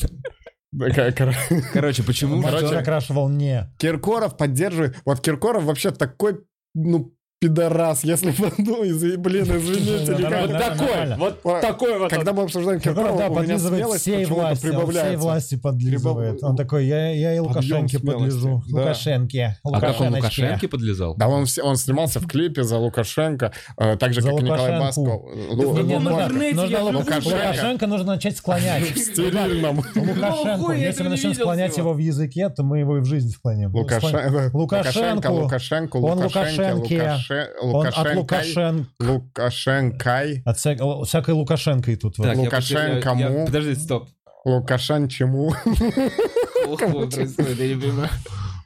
Короче, почему? Короче, закрашивал не. Киркоров поддерживает. Вот Киркоров вообще такой, ну, пидорас, если бы, ну, из, блин, извините. Вот такой, вот такой вот. Когда мы обсуждаем Киркорова, да, подлизывает всей власти, всей власти подлизывает. Он такой, я, я и Лукашенке подлежу. Да. Лукашенке. А как он Лукашенке подлезал? Да, он, он снимался в клипе за Лукашенко, э, так же, за как и Николай Басков. Лу, не, Лу, нужно, Лукашенко. Лукашенко нужно начать склонять. В стерильном. Лукашенко. Если мы начнем склонять его в языке, то мы его и в жизни склоним. Лукашенко. Лукашенко. Он Лукашенке. Он от Лукашенко. Лукашенкой. От вся... всякой Лукашенкой тут. Так, Лукашенкому. Подождите, стоп. Лукашенчему. Ох, происходит, я не понимаю.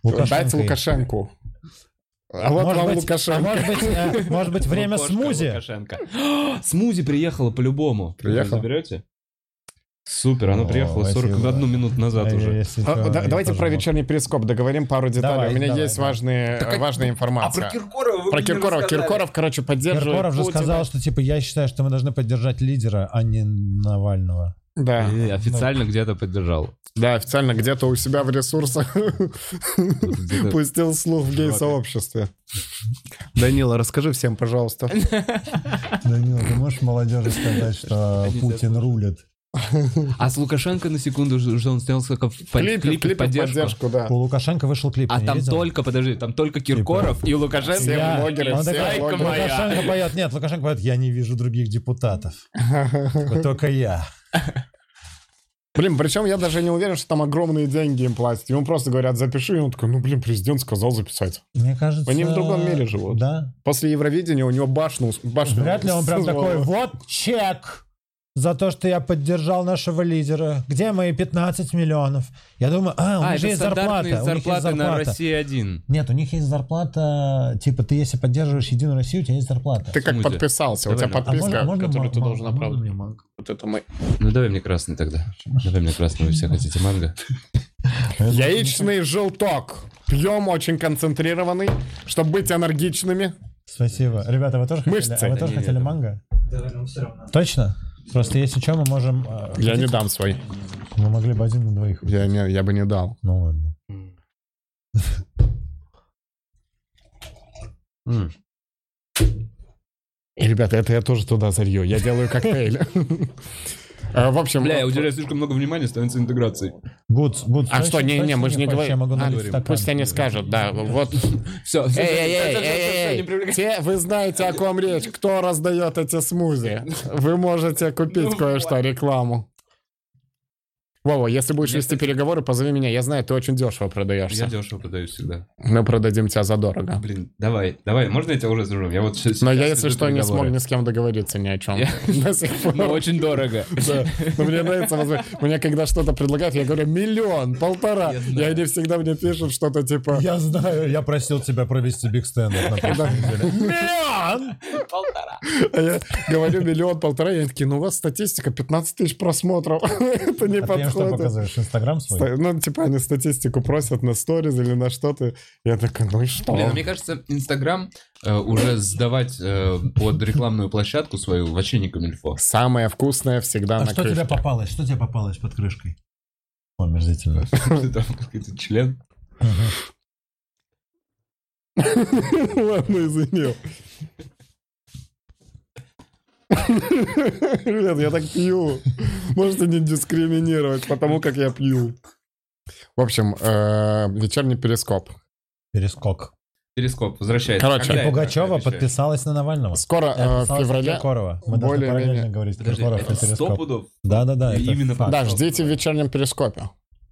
Дайте Лукашенку. А вот может вам быть, Лукашенко. А может быть, э, может быть время Лукошка, смузи? Лукашенко. Смузи приехала по-любому. Приехала? Вы заберете? Супер, оно О, приехало сорок спасибо. одну минуту назад А уже. если А, что, да- я давайте тоже про могу. вечерний перископ договорим пару деталей. Давай, У меня давай, есть давай. важные, Так, важная А информация. про Киркорова вы Про мне не Киркоров. рассказали. Киркоров, короче, поддерживает Киркоров же Путина. сказал, что типа я считаю, что мы должны поддержать лидера, а не Навального. Да, И официально где-то поддержал. да, официально где-то у себя в ресурсах где-то- пустил слух в гей-сообществе. Данила, расскажи всем, пожалуйста. Данила, ты можешь молодежи сказать, что Они Путин рулит? А с Лукашенко на секунду уже он снял как в под- Клипы, клипе клипы в в поддержку. поддержку, да. У Лукашенко вышел клип, А ты не там видел? только, подожди, там только Киркоров и Лукашенко. Все Я- блогеры, он все такой, блогеры. Лукашенко поет, нет, Лукашенко поет, я не вижу других депутатов. Такой, только я. Блин, причем я даже не уверен, что там огромные деньги им платят. Ему просто говорят, запиши, и он такой, ну, блин, президент сказал записать. Мне кажется... Они в другом мире живут. Да. После Евровидения у него башню... башню Вряд ли он прям созвало. такой, вот чек за то, что я поддержал нашего лидера. Где мои пятнадцать миллионов? Я думаю, а, у А, них же это есть зарплата. стандартные У них есть зарплаты на зарплата. Россия один. Нет, у них есть зарплата, типа, ты если поддерживаешь Единую Россию, у тебя есть зарплата. Ты как Смузи. подписался, у тебя Давай, А можно- подписка, можно которую ты ма- должен ма- можно оправдать. мне манго? Вот это мы. Ну давай мне красный тогда. Давай мне красный, вы все хотите манго. Яичный желток. Пьем очень концентрированный, чтобы быть энергичными. Спасибо. Ребята, вы тоже хотели, Мышцы. а вы тоже Да не, хотели не, манго? Да, ну все равно. Точно? Просто если что, мы можем... э, Я не хотите? дам свой. Мы могли бы один на двоих. Я, не, я бы не дал. Ну ладно. М. И, ребята, это я тоже туда залью. Я делаю коктейль. А, В общем... Бля, я уделяю слишком много внимания, становится интеграцией. Гудс, Гудс. А что, не, не, мы же не говорим. Я могу говорим. налить А, стакан. пусть они скажут, да. Вот. Все, Эй, эй, эй, эй, эй, те, вы знаете, о ком речь. Кто раздает эти смузи? Вы можете купить кое-что, рекламу. Вова, если будешь Я, вести кстати- переговоры, позови меня. Я знаю, ты очень дешево Я продаешься. дешево продаю всегда. Мы продадим тебя задорого. Блин, давай, давай, можно я тебя уже скажу? Я вот сейчас Но я, сейчас если веду что, не переговоры. смог ни с кем договориться ни о чем. Я- До сих пор. Но очень дорого. Да. Но мне нравится, возможно, мне когда что-то предлагают, я говорю, миллион, полтора. Я И знаю. они всегда мне пишут что-то типа... Я знаю, я просил тебя провести биг стендап на прошлой неделе. Миллион! Полтора. А я говорю миллион, полтора, и они такие, ну у вас статистика пятнадцать тысяч просмотров. Это не А ты им что подходит. показываешь? Инстаграм свой? Ста- Ну, типа, они статистику просят на сторис или на что-то. Я такой, ну и что? Блин, ну, мне кажется, Инстаграм э, уже сдавать э, под рекламную площадку свою вообще не камильфо. Самое вкусное всегда А на что тебе крышке. попалось? Что тебе попалось под крышкой? О, мерзительно. Там какой-то член. Ладно, извини. Ребят, я так пью. Можете не дискриминировать, потому как я пью. В общем, э, вечерний перископ. Перескок. Перископ, возвращается. Короче, Когда это? Пугачева Обещаю. подписалась на Навального. Скоро, И э, в подписалась на феврале... Киркорова. Мы должны более-менее- параллельно говорить Подожди, Киркоров и это сто Перископ. пудов? Да-да-да. И это именно факт. Да, ждите в вечернем перископе.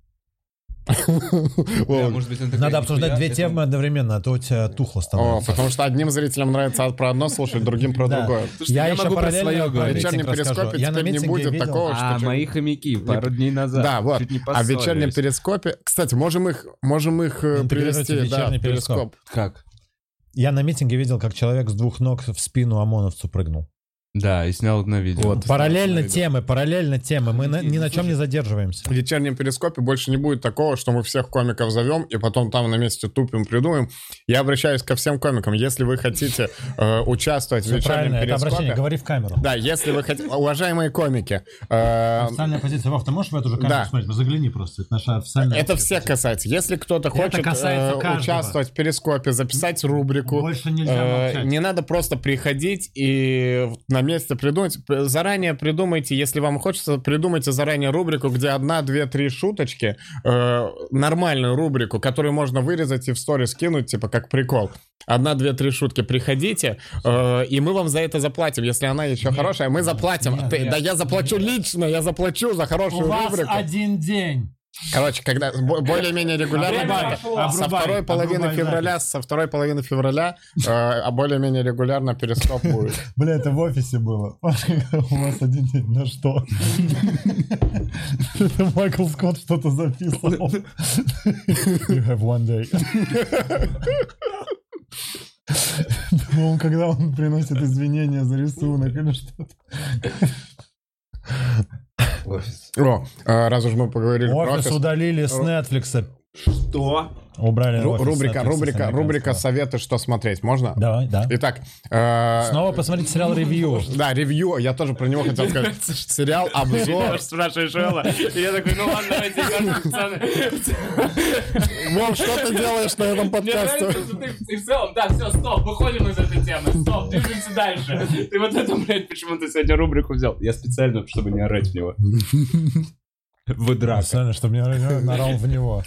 Бля, Вова, может быть, он такой, Надо обсуждать нихуя, две это- темы одновременно, а то у тебя тухло О, становится. потому что одним зрителям нравится про одно слушать, другим про Да. другое. Слушайте, Я я еще могу про параллельно свое про говорить. митинг Вечерний расскажу. перископе Я на теперь не митинге будет видел- такого, А, что... мои хомяки пару дней назад. Да, вот. Чуть не А в вечернем поссорились. перископе... Кстати, можем их, можем их э, Интегрировать в привести, да, вечерний в перископ. Как? Я на митинге видел, как человек с двух ног в спину ОМОНовцу прыгнул. Да, и снял на видео. Вот. Параллельно Видел. темы, параллельно темы. Мы на- ни на чем не задерживаемся. В вечернем перископе больше не будет такого, что мы всех комиков зовем и потом там на месте тупим, придумаем. Я обращаюсь ко всем комикам. Если вы хотите э, участвовать в Все вечернем правильно, это обращение. перископе... Говори в камеру. Да, если вы хотите... Уважаемые комики, э, Официальная позиция. Вов, ты можешь в эту же камеру Да. смотреть? Загляни просто. Это наша официальная... это всех касается. Если кто-то Это хочет касается э, каждого. участвовать в перископе, записать рубрику, Больше нельзя э, молчать. не надо просто приходить и на месте придумать. Заранее придумайте, если вам хочется, придумайте заранее рубрику, где одна, две, три шуточки, э, нормальную рубрику, которую можно вырезать и в сторис кинуть, типа как прикол. Одна, две, три шутки. Приходите, э, и мы вам за это заплатим. Если она еще Нет, хорошая, мы заплатим. нет, Ты- нет, да я заплачу лично, я заплачу за У хорошую вас рубрику. один день. Короче, когда бо- более-менее регулярно, Обрубай, со обрубай, второй половины обрубай февраля, со второй половины февраля, э, а более-менее регулярно перископ будет. Бля, это в офисе было. У вас один день на что? Это Майкл Скотт что-то записывал. You have one day. Думал, когда он приносит извинения за рисунок или что-то. Офис. О, э, раз уж мы поговорили про Офис офис. удалили с Netflix. Что? Убрали Ру- офис с Рубрика, Netflix рубрика, американского. рубрика «Советы, что смотреть». Можно? Давай, да. Итак, э, Снова посмотрите сериал «Ревью». да, ревью. Я тоже про него хотел сказать. Сериал, обзор. Спрашиваешь Элла, и я такой, ну ладно, давайте, пацаны. Вов, что ты делаешь на этом Мне подкасте? нравится, что ты в целом, да, все, стоп, выходим из этой темы, стоп, движемся дальше. Ты вот эту, блядь, почему ты сегодня рубрику взял? Я специально, чтобы не орать в него. В драке. Специально, чтобы мне нарал в него.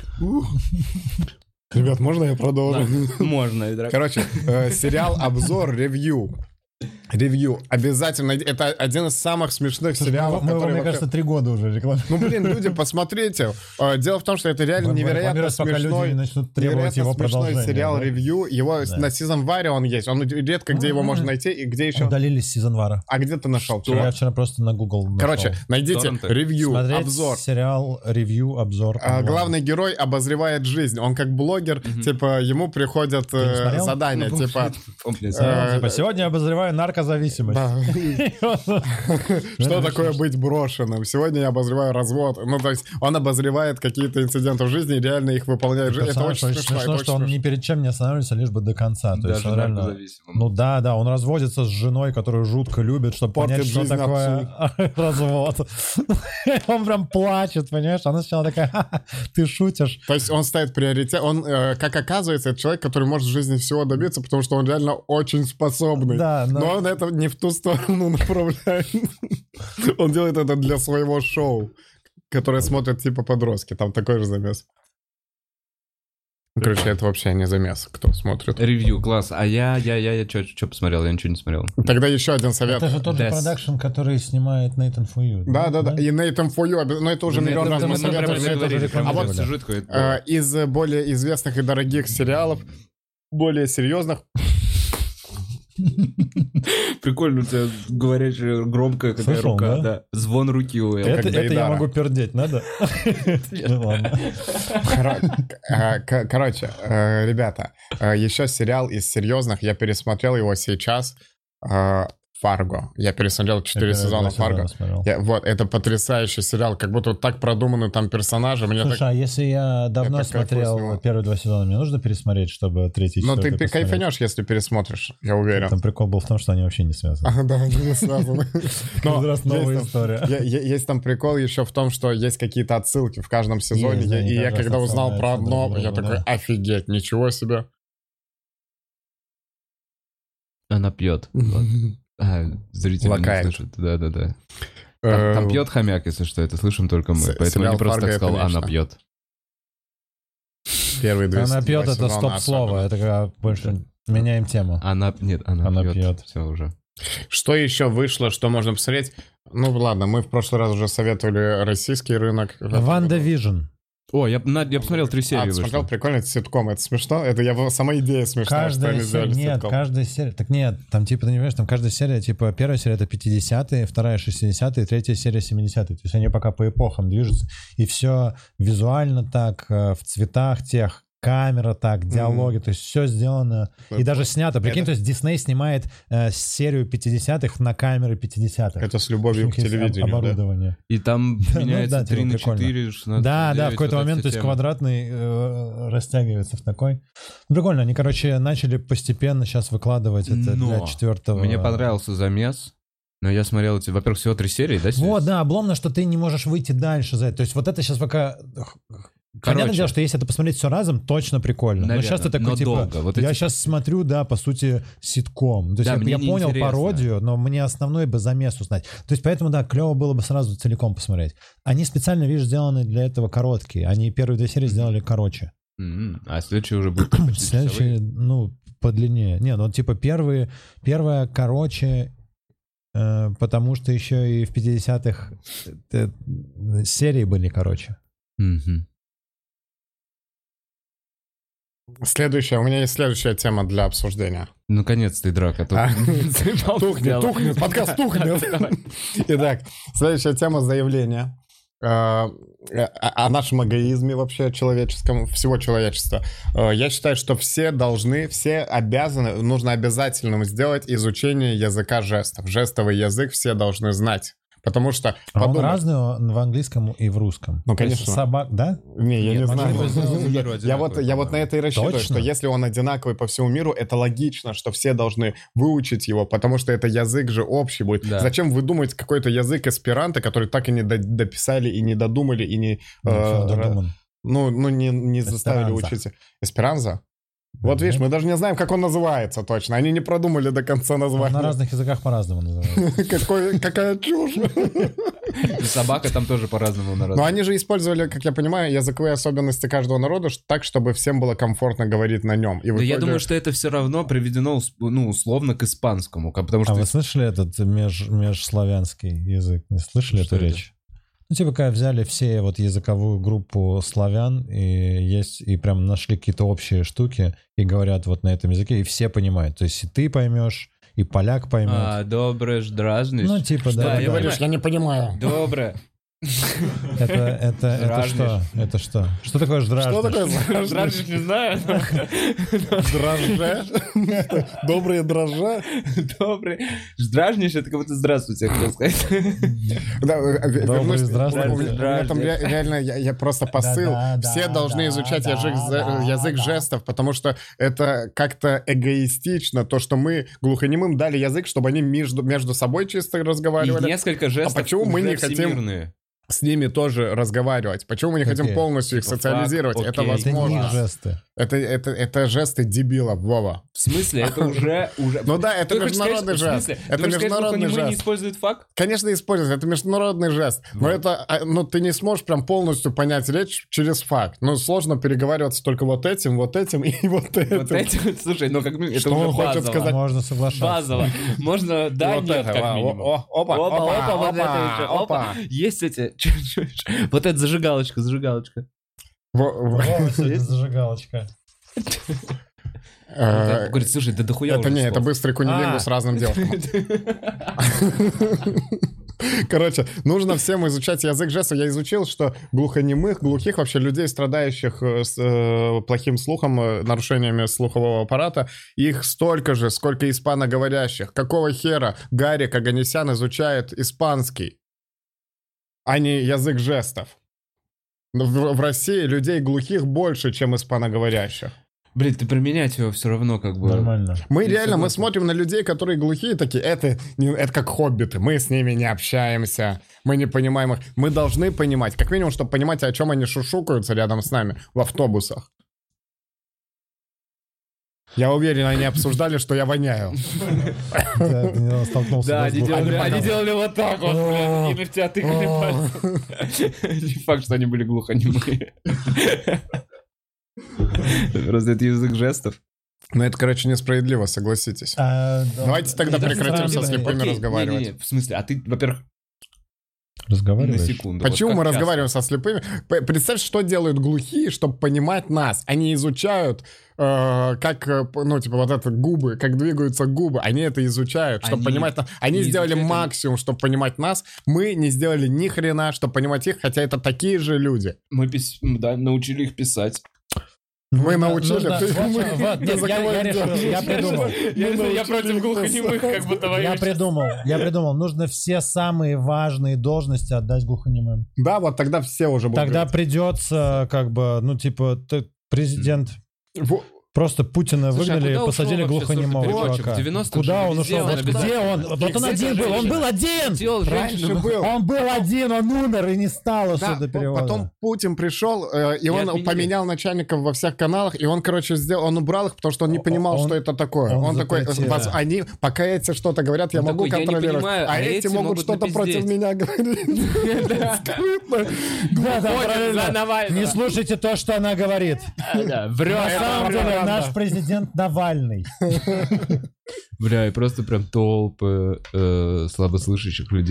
Ребят, можно я продолжу? Можно и драка. Короче, э, сериал «Обзор», ревью. Ревью. Обязательно. Это один из самых смешных сериалов, Мы его, которые мне вообще- кажется, три года уже рекламируем. Ну, блин, люди, посмотрите. Э, Дело в том, что это реально Будем невероятно рекламировать, пока смешной, люди начнут требовать невероятно его смешной продолжения, сериал да? «Ревью». Его Да. на Season Варе он есть. Он редко где его можно найти и где еще... Удалили с сезон вара. А где ты нашел? Что? Я чувак? вчера просто на Google нашел. Короче, найдите Торренты. ревью, Смотреть обзор. сериал «Ревью», обзор. А, онлайн. главный герой обозревает жизнь. Он как блогер, типа, ему приходят не э, смотрел? задания, Ну, типа... Сериал, э, типа, сегодня обозреваю наркозависимость. да. Что такое быть брошенным? Сегодня я обозреваю развод. Ну, то есть он обозревает какие-то инциденты в жизни и реально их выполняет. в жизни. Это Персонаж очень смешно. это очень что он смешно. ни перед чем не останавливается, лишь бы до конца. То есть Даже он реально... наркозависимым. Ну да, да, он разводится с женой, которую жутко любит, чтобы Портит понять, что жизнь такое развод. Он прям плачет, понимаешь? Она сначала такая, «Ха-ха, ты шутишь. То есть он ставит приоритет. Он, э, как оказывается, это человек, который может в жизни всего добиться, потому что он реально очень способный. Да, но- Но он это не в ту сторону направляет. Он делает это для своего шоу, которое смотрят типа подростки. Там такой же замес. Ну, короче, это вообще не замес, кто смотрит. Ревью, класс. А я, я, я, я что посмотрел? Я ничего не смотрел. Тогда еще один совет. Это же тот же Death. продакшн, который снимает Нейтан Фую. Да, да, да. И Nathan For You, обяз- но это уже Ну, миллион это раз мы мы прям советовали. это говорили, уже прям А вот вот сюжетку. Э, это- Из э, более известных и дорогих сериалов, более серьезных, Прикольно, у тебя говорящая громкая такая Слышал, рука. да? Да. Звон руки у Эллы. Это, как это я Гайдара. могу пердеть, надо? Ну ладно. Коро- э, к- Короче, э, ребята, э, еще сериал из серьезных, я пересмотрел его сейчас, э, «Фарго». Я пересмотрел четыре Я сезона первые два «Фарго». сезона смотрел. Я- Вот, это потрясающий сериал, как будто вот так продуманы там персонажи. Мне так... Слушай, а если я давно Я так кайфую с него. смотрел первые два сезона, мне нужно пересмотреть, чтобы третий, Но ты четвертый пи- посмотреть? кайфанешь, если пересмотришь, я уверен. Там прикол был в том, что они вообще не связаны. А, да, они не связаны. Но Каждый раз новая есть там- история. я- я- Есть там прикол еще в том, что есть какие-то отсылки в каждом сезоне. Есть, да, я- они И я каждый раз когда узнал про отсылаются одно, друг к я другу, такой, да. офигеть, ничего себе. Она пьет. А, зрители Лакает. не слышат. Да-да-да. Там, там Э, пьет хомяк, если что, это слышим только мы. С- Поэтому я сериал не просто «Фарго» так сказал, это она лично. пьет. Первые две Она с- пьет, два это сезона стоп-слово. особенно. Это как больше... Меняем тему. Она, нет, она, Она пьет. пьет. Все уже. Что еще вышло, что можно посмотреть? Ну ладно, мы в прошлый раз уже советовали российский рынок. Ванда Вижн. О, я, на- я посмотрел три серии. А, ты смотрел, вышло. прикольно, это ситком, это смешно? Это я сама идея смешная, что Каждая они серия, сделали нет, ситком. каждая серия, так нет, там типа, ты не понимаешь, там каждая серия, типа, первая серия это пятидесятые, вторая шестидесятые, третья серия семидесятые, то есть они пока по эпохам движутся, и все визуально так, э, в цветах тех, камера так, диалоги, то есть все сделано, и даже снято, прикинь, Это- то есть Дисней снимает э, серию пятидесятых на камеры пятидесятых. Это с любовью к Есть об- телевидению, да? оборудование. И там Ну меняется да, типа, три на прикольно. четыре, шестнадцать Да, на да, в девять, какой-то вот эта момент, то вся есть тема. квадратный э, растягивается в такой. Ну, прикольно, они, короче, начали постепенно сейчас выкладывать это Но для четвертого. Мне понравился замес, но я смотрел эти, во-первых, всего три серии, да? Вот, сейчас? да, обломно, что ты не можешь выйти дальше за это. То есть вот это сейчас пока... Понятное Короче. дело, что если это посмотреть все разом, точно прикольно. Наверное, но сейчас ты такой, но типа, долго. Вот я эти- сейчас смотрю, да, по сути, ситком. То есть Да, я, мне я не понял интересно. пародию, но мне основной бы замес узнать. То есть поэтому, да, клево было бы сразу целиком посмотреть. Они специально, видишь, сделаны для этого короткие. Они первые две серии сделали короче. М-м. А следующий уже будет почти Следующие, часовые. ну, подлиннее. Не, ну, типа, первые, первая короче, э, потому что еще и в пятидесятых э, серии были короче. Мгм. Следующая, у меня есть следующая тема для обсуждения. Наконец-то и драка. Тут А. заебал Тухнет, сделал. тухнет, подкаст тухнет. Итак, следующая тема — заявление э, о нашем эгоизме вообще человеческом, всего человечества. Э, Я считаю, что все должны, все обязаны, нужно обязательным сделать изучение языка жестов. Жестовый язык все должны знать. Потому что... А он подумай- разный в английском и в русском. Ну, То есть конечно. Собак, да? Не, я Нет, не знаю. могли бы сделать миру Я вот, я вот одинаковый, на это и рассчитываю, Точно? что если он одинаковый по всему миру, это логично, что все должны выучить его, потому что это язык же общий будет. Да. Зачем выдумать какой-то язык эсперанто, который так и не до- дописали, и не додумали, и не... Ну, э, всё, додуман. ну, ну, не, не заставили Эсперанза. учить. Эсперанза? Вот видишь, мы даже не знаем, как он называется точно. Они не продумали до конца Он на название. разных языках по-разному называется. Какой- Какая чушь. И собака там тоже по-разному Но народу. они же использовали, как я понимаю, языковые особенности каждого народа ш- так, чтобы всем было комфортно говорить на нем. И в Да я итоге- думаю, что это все равно приведено, ус- ну, условно, к испанскому, как- потому А что... вы слышали этот меж, межславянский язык? Не слышали Что эту это? речь? Ну, типа, когда взяли все вот языковую группу славян, и есть, и прям нашли какие-то общие штуки, и говорят вот на этом языке, и все понимают. То есть и ты поймешь, и поляк поймет. А, добре, ж дразнишь. Ну, типа, Что да. ты да. говоришь? Я не понимаю. Добре. Это, это, это Жражнешь. что? Это что? Что такое ждражнешь? Что такое Жражнишь, не знаю. дрожжи? Добрые дрожжи? Добре. Ждражнишь, это как будто здравствуйте, я хотел сказать. Да, э, ве- Добрый вернусь- здравствуйте. у меня- у меня там ре- реально, я я просто посыл. Да-да, Все да, должны да, изучать да, язык зе- да, язык да. жестов, потому что это как-то эгоистично, то, что мы глухонемым дали язык, чтобы они между между собой чисто И разговаривали. несколько жестов почему мы уже не хотим- всемирные. С ними тоже разговаривать. Почему мы не хотим Окей. полностью их Типа, социализировать? фак, Это окей. Это не возможно. их жесты. Это, это, это жесты дебилов, Вова. В смысле, это уже... уже... Ну да, это Ты хочешь сказать, международный что- в жест. смысле? Это Ты хочешь сказать, международный глухонемые не жест. используют факт? Конечно, используется. Это международный жест. Но Вот. это, а, ну, ты не сможешь прям полностью понять речь через факт. Ну, сложно переговариваться только вот этим, вот этим и вот этим. Вот эти вот, слушай, ну как минимум, это Что уже он хочет базово. сказать? Можно соглашаться. Базово. Можно, да, вот нет, это, как а, минимум. о, о, опа, опа, опа, опа, вот опа, это еще, опа. опа. Есть эти, чуть-чуть. Вот это зажигалочка, зажигалочка. Во- во- О, сегодня зажигалочка. э, Говорит, слушай, да дохуя Это уже не, это слов. быстрый кунилингус А. с разным девушкам. Короче, нужно всем изучать язык жестов. Я изучил, что глухонемых, глухих, вообще людей, страдающих э, с э, плохим слухом, э, нарушениями слухового аппарата, их столько же, сколько испаноговорящих. Какого хера Гарик Оганесян изучает испанский, а не язык жестов? В, в России людей глухих больше, чем испаноговорящих. Блин, ты применять его все равно как бы... Нормально. Мы Я реально, мы согласен. смотрим на людей, которые глухие, такие, это, не- это как хоббиты, мы с ними не общаемся, мы не понимаем их. Мы должны понимать, как минимум, чтобы понимать, о чем они шушукаются рядом с нами в автобусах. Я уверен, они обсуждали, что я воняю. Да, ты недавно столкнулся Да, с они двух- делали, Они они показывали. делали вот так вот, блин, и на тебя тыкали пальцем. Не факт, что они были глухонемые. Просто это язык жестов. Но это, короче, несправедливо, согласитесь. А, да. Давайте тогда Это прекратим со странно. слепыми Окей, разговаривать. не-не-не, в смысле, а ты, во-первых, на Разговариваешь? секунду. вот Почему как мы часто? разговариваем со слепыми? П- Представь, что делают глухие, чтобы понимать нас. Они изучают, э, как, э, п- ну, типа, вот это губы, как двигаются губы. Они это изучают, чтобы Они понимать нас. Они не сделали изучают, они- максимум, чтобы понимать нас. Мы не сделали ни хрена, чтобы понимать их, хотя это такие же люди. Мы пис- да, научили их писать. Мы Нужно- научили, нужно- ты- вот, мы- вот, ты нет, за я- кого я их решил, держишь? я придумал. Я, Мы я против научили глухонемых, писать. как будто Я воюешь. придумал, я придумал. Нужно все самые важные должности отдать глухонемым. Да, вот тогда все уже будут. Тогда придется, как бы, ну, типа, т- президент... Во- Просто Путина Слушай, а выгнали, куда ушел посадили вообще глухонемого сурдопереводчик? чувака. В девяностых Куда же он везде ушел? он Вот обязательно- где он? Вот он Кстати, один был, он женщина. был один! Делал Раньше женщину. был. Он был один, он умер, и не стало Да, сурдоперевода. потом Путин пришел, э, и И он отменили. поменял начальников во всех каналах, и он, короче, сделал, он убрал их, потому что он не понимал, Он- что это такое. Он, он такой, запретил. вас- они, пока эти что-то говорят, я Он могу такой, я не контролировать, понимаю, а, а эти эти могут могут что-то против напиздеть. меня говорить. Скрытно. Да, да, Ходит правильно. за Навального. Не слушайте то, что она говорит. Да, врет. На самом деле правда. наш президент Навальный. Бля, и просто прям толпы э, слабослышащих людей.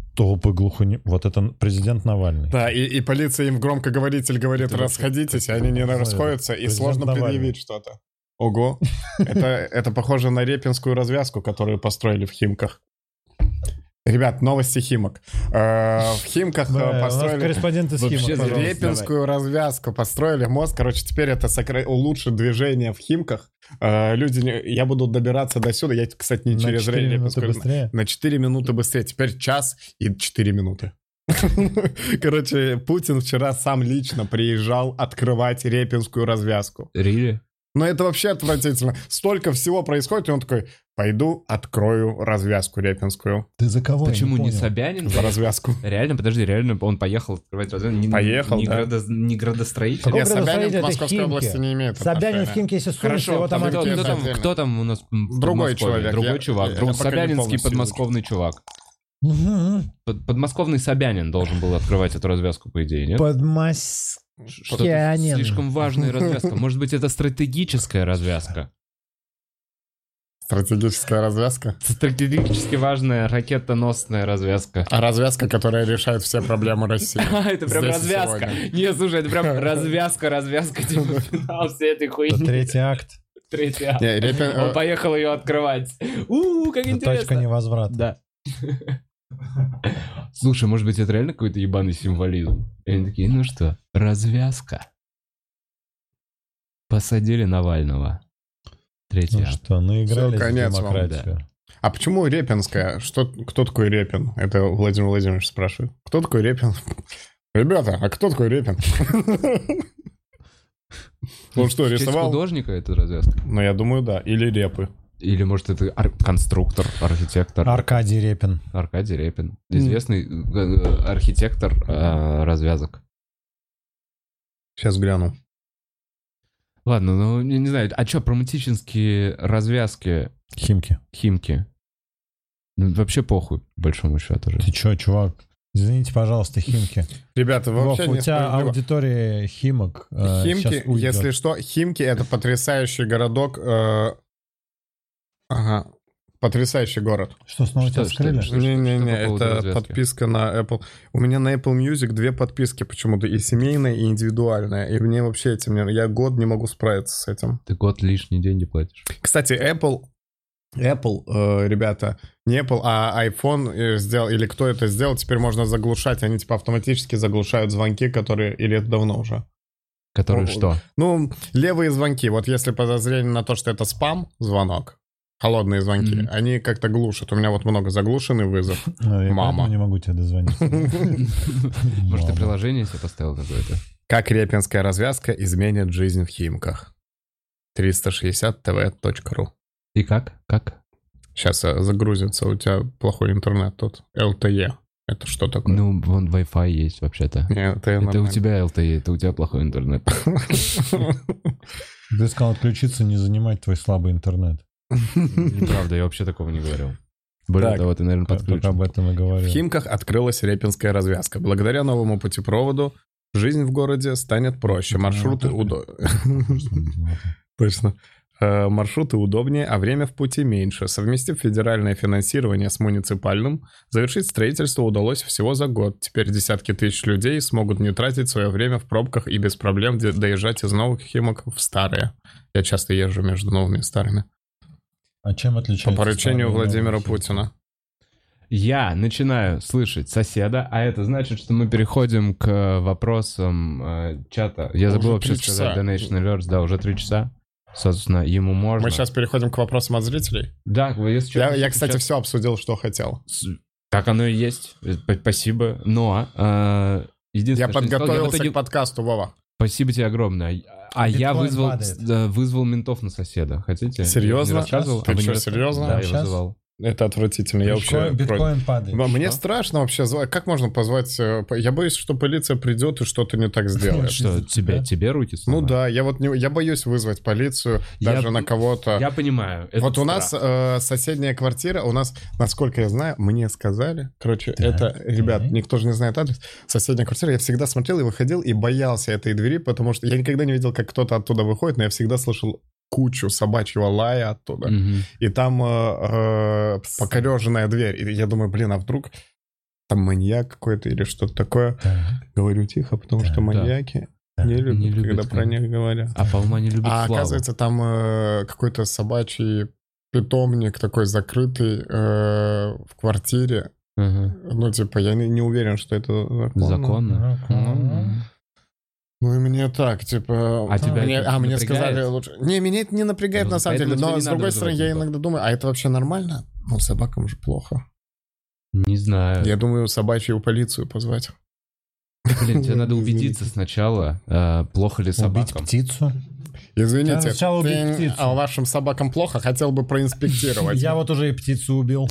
Толпы глухони... Вот это президент Навальный. Да, и, и полиция им в громкоговоритель говорит, Это расходитесь, и они не расходятся, и Президент сложно Навальный. предъявить что-то. Ого. Это, это похоже на репинскую развязку, которую построили в Химках. Ребят, новости Химок. Э, в Химках Да, э, у нас построили... корреспондент из Вообще Химок, зря. пожалуйста. Репинскую развязку построили мост. Короче, теперь это сокра... улучшит движение в Химках. Э, люди, не- я буду добираться до сюда. Я, кстати, не На через четыре минуты Репинскую. быстрее. На четыре минуты быстрее. Теперь час и четыре минуты. Короче, Путин вчера сам лично приезжал открывать Репинскую развязку. Really? Но это вообще отвратительно. Столько всего происходит, и он такой, пойду открою развязку Репинскую. Ты за кого? Я Почему не понял. Собянин? За развязку. Реально, подожди, реально он поехал открывать развязку? Не- Поехал, не, да. градо- не градостроитель? Какой Нет, Собянин градостроитель? в Это Московской Химки. области не имеет Собянин в отношения. Химки, если сунешь, Хорошо, его там там Кто, Артем кто там, отдельно. кто там у нас в Другой Подмосковье? человек, Другой я- чувак. я Друг, пока не Собянинский полностью подмосковный чувак. Мгм. Под- подмосковный Собянин должен был открывать эту развязку, по идее, нет? Что-то Подмоскянин. слишком важная развязка. Может быть, это стратегическая развязка? Стратегическая развязка. Стратегически важная ракетоносная развязка. А развязка, которая решает все проблемы России. А, это прям Здесь и развязка. сегодня. Не, слушай, это прям развязка, развязка, типа финал всей этой Это хуйни. третий акт. Третий акт. Не, Репин- Он поехал ее открывать. У, как Это точка интересно. невозврата. Да. Слушай, может быть, это реально какой-то ебаный символизм? И они такие, ну что, развязка. Посадили Навального. Третий Ну акт. что, наигрались Всё, конец в вам, демократию. А почему Репинская? Что, кто такой Репин? Это Владимир Владимирович спрашивает. Кто такой Репин? Ребята, а кто такой Репин? Он что, В честь рисовал? художника это развязка? Ну, я думаю, да. Или репы. Или, может, это ар- конструктор, архитектор? Аркадий Репин. Аркадий Репин. Известный э, архитектор э, развязок. Сейчас гляну. Ладно, ну, не, не знаю, а что, проматические развязки Химки. Химки? Ну, вообще похуй, по большому счету же. Ты чё, чувак? Извините, пожалуйста, Химки. Ребята, вы Вов, вообще у не тебя аудитория Химок э, Химки, щас уйдет. если что, Химки — это потрясающий городок. э, Ага. Потрясающий город. Что, снова Что- тебя вскрыли? что- Не-не-не, по поводу это развязки? подписка на Apple. У меня на Apple Music две подписки почему-то, и семейная, и индивидуальная. И мне вообще этим... не- Я год не могу справиться с этим. Ты год лишние деньги платишь. Кстати, Apple... Apple, э, ребята, не Apple, а iPhone э, сделал, или кто это сделал, теперь можно заглушать. Они типа автоматически заглушают звонки, которые... Или это давно уже? Которые О, что? Ну, левые звонки. Вот если подозрение на то, что это спам-звонок, холодные звонки, Мгм. они как-то глушат. У меня вот много заглушенный вызов. Ну, я Мама. поэтому не могу тебе дозвониться. Может, ты Мама. приложение себе поставил какое-то? Как репинская развязка изменит жизнь в Химках. триста шестьдесят тэ вэ точка ру. И как? Как? Сейчас загрузится, у тебя плохой интернет тут. эл тэ е. Это что такое? Ну, вон Wi-Fi есть вообще-то. Не, это, Это у тебя эл тэ е, это у тебя плохой интернет. Ты сказал отключиться, не занимать твой слабый интернет. Неправда, я вообще такого не говорил. Более Так. того, ты, наверное, Только подключен. об этом и В говорил. Химках открылась репинская развязка. Благодаря новому путепроводу жизнь в городе станет проще. Маршруты удобнее. Точно. Э, Маршруты удобнее, а время в пути меньше. Совместив федеральное финансирование с муниципальным, завершить строительство удалось всего за год. Теперь десятки тысяч людей смогут не тратить свое время в пробках и без проблем де- доезжать из новых Химок в старые. Я часто езжу между новыми и старыми. А чем По отличается? поручению старый и Владимира новый Химки? Путина. Я начинаю слышать соседа, а это значит, что мы переходим к вопросам э, чата. Я забыл Уже вообще три сказать часа. Donation Alerts, да, уже три часа. Собственно, ему можно. Мы сейчас переходим к вопросам от зрителей. Да, вы если что, Я, пишите я, в кстати, чат. все обсудил, что хотел. С- Так оно и есть. Э, п- Спасибо. Но э, единственное, Я что не сказал, подготовился в итоге- к подкасту, Вова. Спасибо тебе огромное. А я Биткоин вызвал, падает. да, вызвал ментов на соседа. Хотите? Серьезно? Я не рассказывал? Ты А вы не что, рассказывали? серьезно? Да, я Сейчас? вызывал. Это отвратительно. Я вообще... Биткоин, биткоин падает. М- Мне Что? страшно вообще звать. Как можно позвать... э, по- Я боюсь, что полиция придет и что-то не так сделает. Что, тебе, Да? тебе руки Ну сломают? да, я вот не, я боюсь вызвать полицию Я- даже на кого-то. Я понимаю. этот Вот у страх. нас э, соседняя квартира, у нас, насколько я знаю, мне сказали, короче, Да. это, ребят, Мгм. никто же не знает адрес, соседняя квартира, я всегда смотрел и выходил и боялся этой двери, потому что я никогда не видел, как кто-то оттуда выходит, но я всегда слышал кучу собачьего лая оттуда. Мгм. И там э, э, покореженная дверь. И я думаю, блин, а вдруг там маньяк какой-то или что-то такое. Да. Говорю тихо, потому да, что маньяки да. не любят, не любят, когда про них говорят. А по-моему, не любят А славу. Оказывается, там э, какой-то собачий питомник такой закрытый э, в квартире. Угу. Ну, типа, я не, не уверен, что это законно. Законно? Законно. Ну, и мне так, типа... А, тебя мне, а мне напрягает? сказали лучше... Не, меня это не напрягает, ну, на самом деле. Но, с другой стороны, я иногда думаю, а это вообще нормально? Ну, собакам же плохо. Не знаю. Я думаю, собачью полицию позвать. Блин, тебе надо убедиться сначала, э, плохо ли собакам. Убить птицу? Извините, сначала ты, убить птицу. А вашим собакам плохо? Хотел бы проинспектировать. Я вот уже и птицу убил.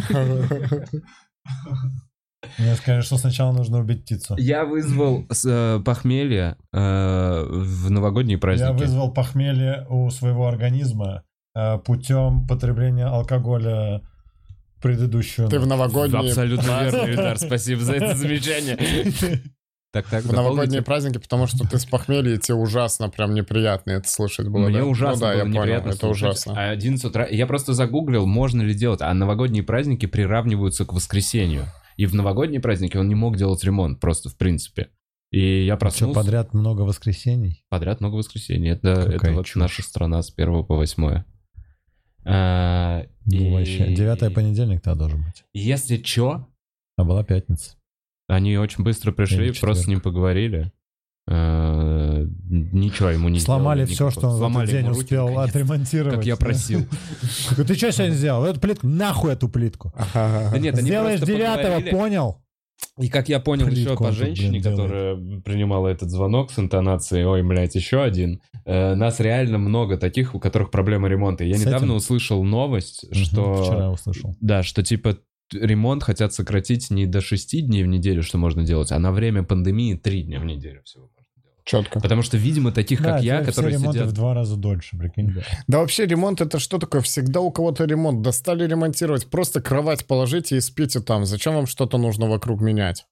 Мне сказали, что сначала нужно убить птицу. Я вызвал э, похмелье э, в новогодние праздники. Я вызвал похмелье у своего организма э, путем потребления алкоголя предыдущую. Ты в новогодние... Абсолютно верно, Ильдар, спасибо за это замечание. Так, так, в новогодние праздники, потому что ты с похмелья, и тебе ужасно, прям неприятно это слышать было. Мне да? ужасно ну, да, было я неприятно понял, это ужасно. А одиннадцать утра... Я просто загуглил, можно ли делать, а новогодние праздники приравниваются к воскресенью. И в новогодние праздники он не мог делать ремонт просто, в принципе. И я проснулся... Что, подряд много воскресений? Подряд много воскресений. Это, это вот наша страна с первого по восьмое. А, ну, и... вообще. Девятое понедельник-то должен быть. Если чё... А была пятница. Они очень быстро пришли, просто с ним поговорили. А, ничего ему не сломали сделали. все, что он сломали в этот день руки, успел наконец, отремонтировать. как я просил. Ты что сегодня сделал? Эту плитку? Нахуй эту плитку. Да нет, они сделаешь девятого, понял? И как я понял Плитку еще по женщине, блин, которая делает. Принимала этот звонок с интонацией «Ой, блядь, еще один», э, нас реально много таких, у которых проблема ремонта. Я с недавно этим? услышал новость, угу, что... Вчера услышал. Да, что типа ремонт хотят сократить не до шести дней в неделю, что можно делать, а на время пандемии три дня в неделю всего. Четко. Потому что, видимо, таких, да, как я, которые все сидят... в два раза дольше, прикинь. Да. да вообще ремонт это что такое? Всегда у кого-то ремонт. Достали ремонтировать. Просто кровать положите и спите там. Зачем вам что-то нужно вокруг менять?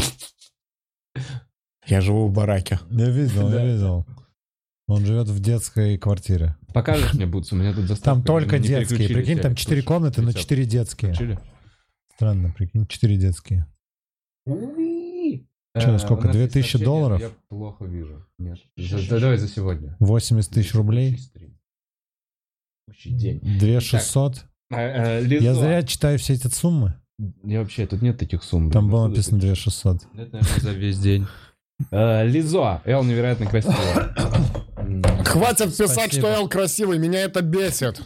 Я живу в бараке. Я видел, я видел. Он живет в детской квартире. Покажешь мне, Бутс? У меня тут заставка. Там только детские. Прикинь, там четыре комнаты, но четыре детские. Включили? Странно, прикинь, четыре детские. Что, сколько? Две тысячи долларов? Я плохо вижу. Нет. За, давай за сегодня. восемьдесят тысяч рублей? День. две шестьсот? А, а, я зря читаю все эти суммы. Я вообще, тут нет таких сумм. Там было написано две шестьсот. Это, наверное, за весь день. А, Лизо. Эл невероятно красивая. Хватит писать, что Эл красивый. Меня это бесит.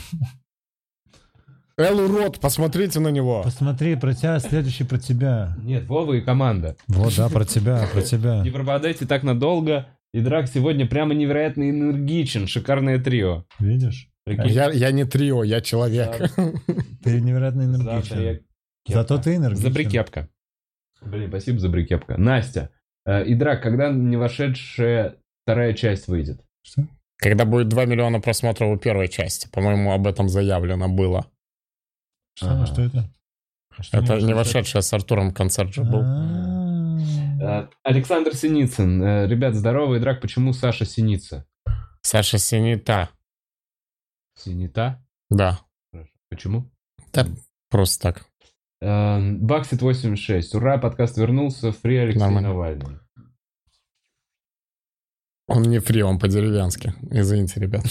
Эл урод, посмотрите на него. Посмотри, про тебя, следующий про тебя. Нет, Вова и команда. Вот, да, про тебя, про тебя. Не пропадайте так надолго. И Драк сегодня прямо невероятно энергичен. Шикарное трио. Видишь? Я, я не трио, я человек. Ты невероятно энергичен. Зато ты энергичен. За брикепка. Блин, спасибо за брикепка. Настя. Э, и Драк, когда не вошедшая вторая часть выйдет? Что? Когда будет два миллиона просмотров у первой части. По-моему, об этом заявлено было. Что, ага. что это? Что это не вошедшая с Артуром концерт же был. Александр Синицын. Ребят, здорово, и Драк, почему Саша Синица? Саша Синита. Синита? Да. Хорошо. Почему? Да, просто так. Баксит восемьдесят шесть. Ура, подкаст вернулся. Фри Алексей Нормально. Навальный. Он не фри, он по-деревянски. Извините, ребят.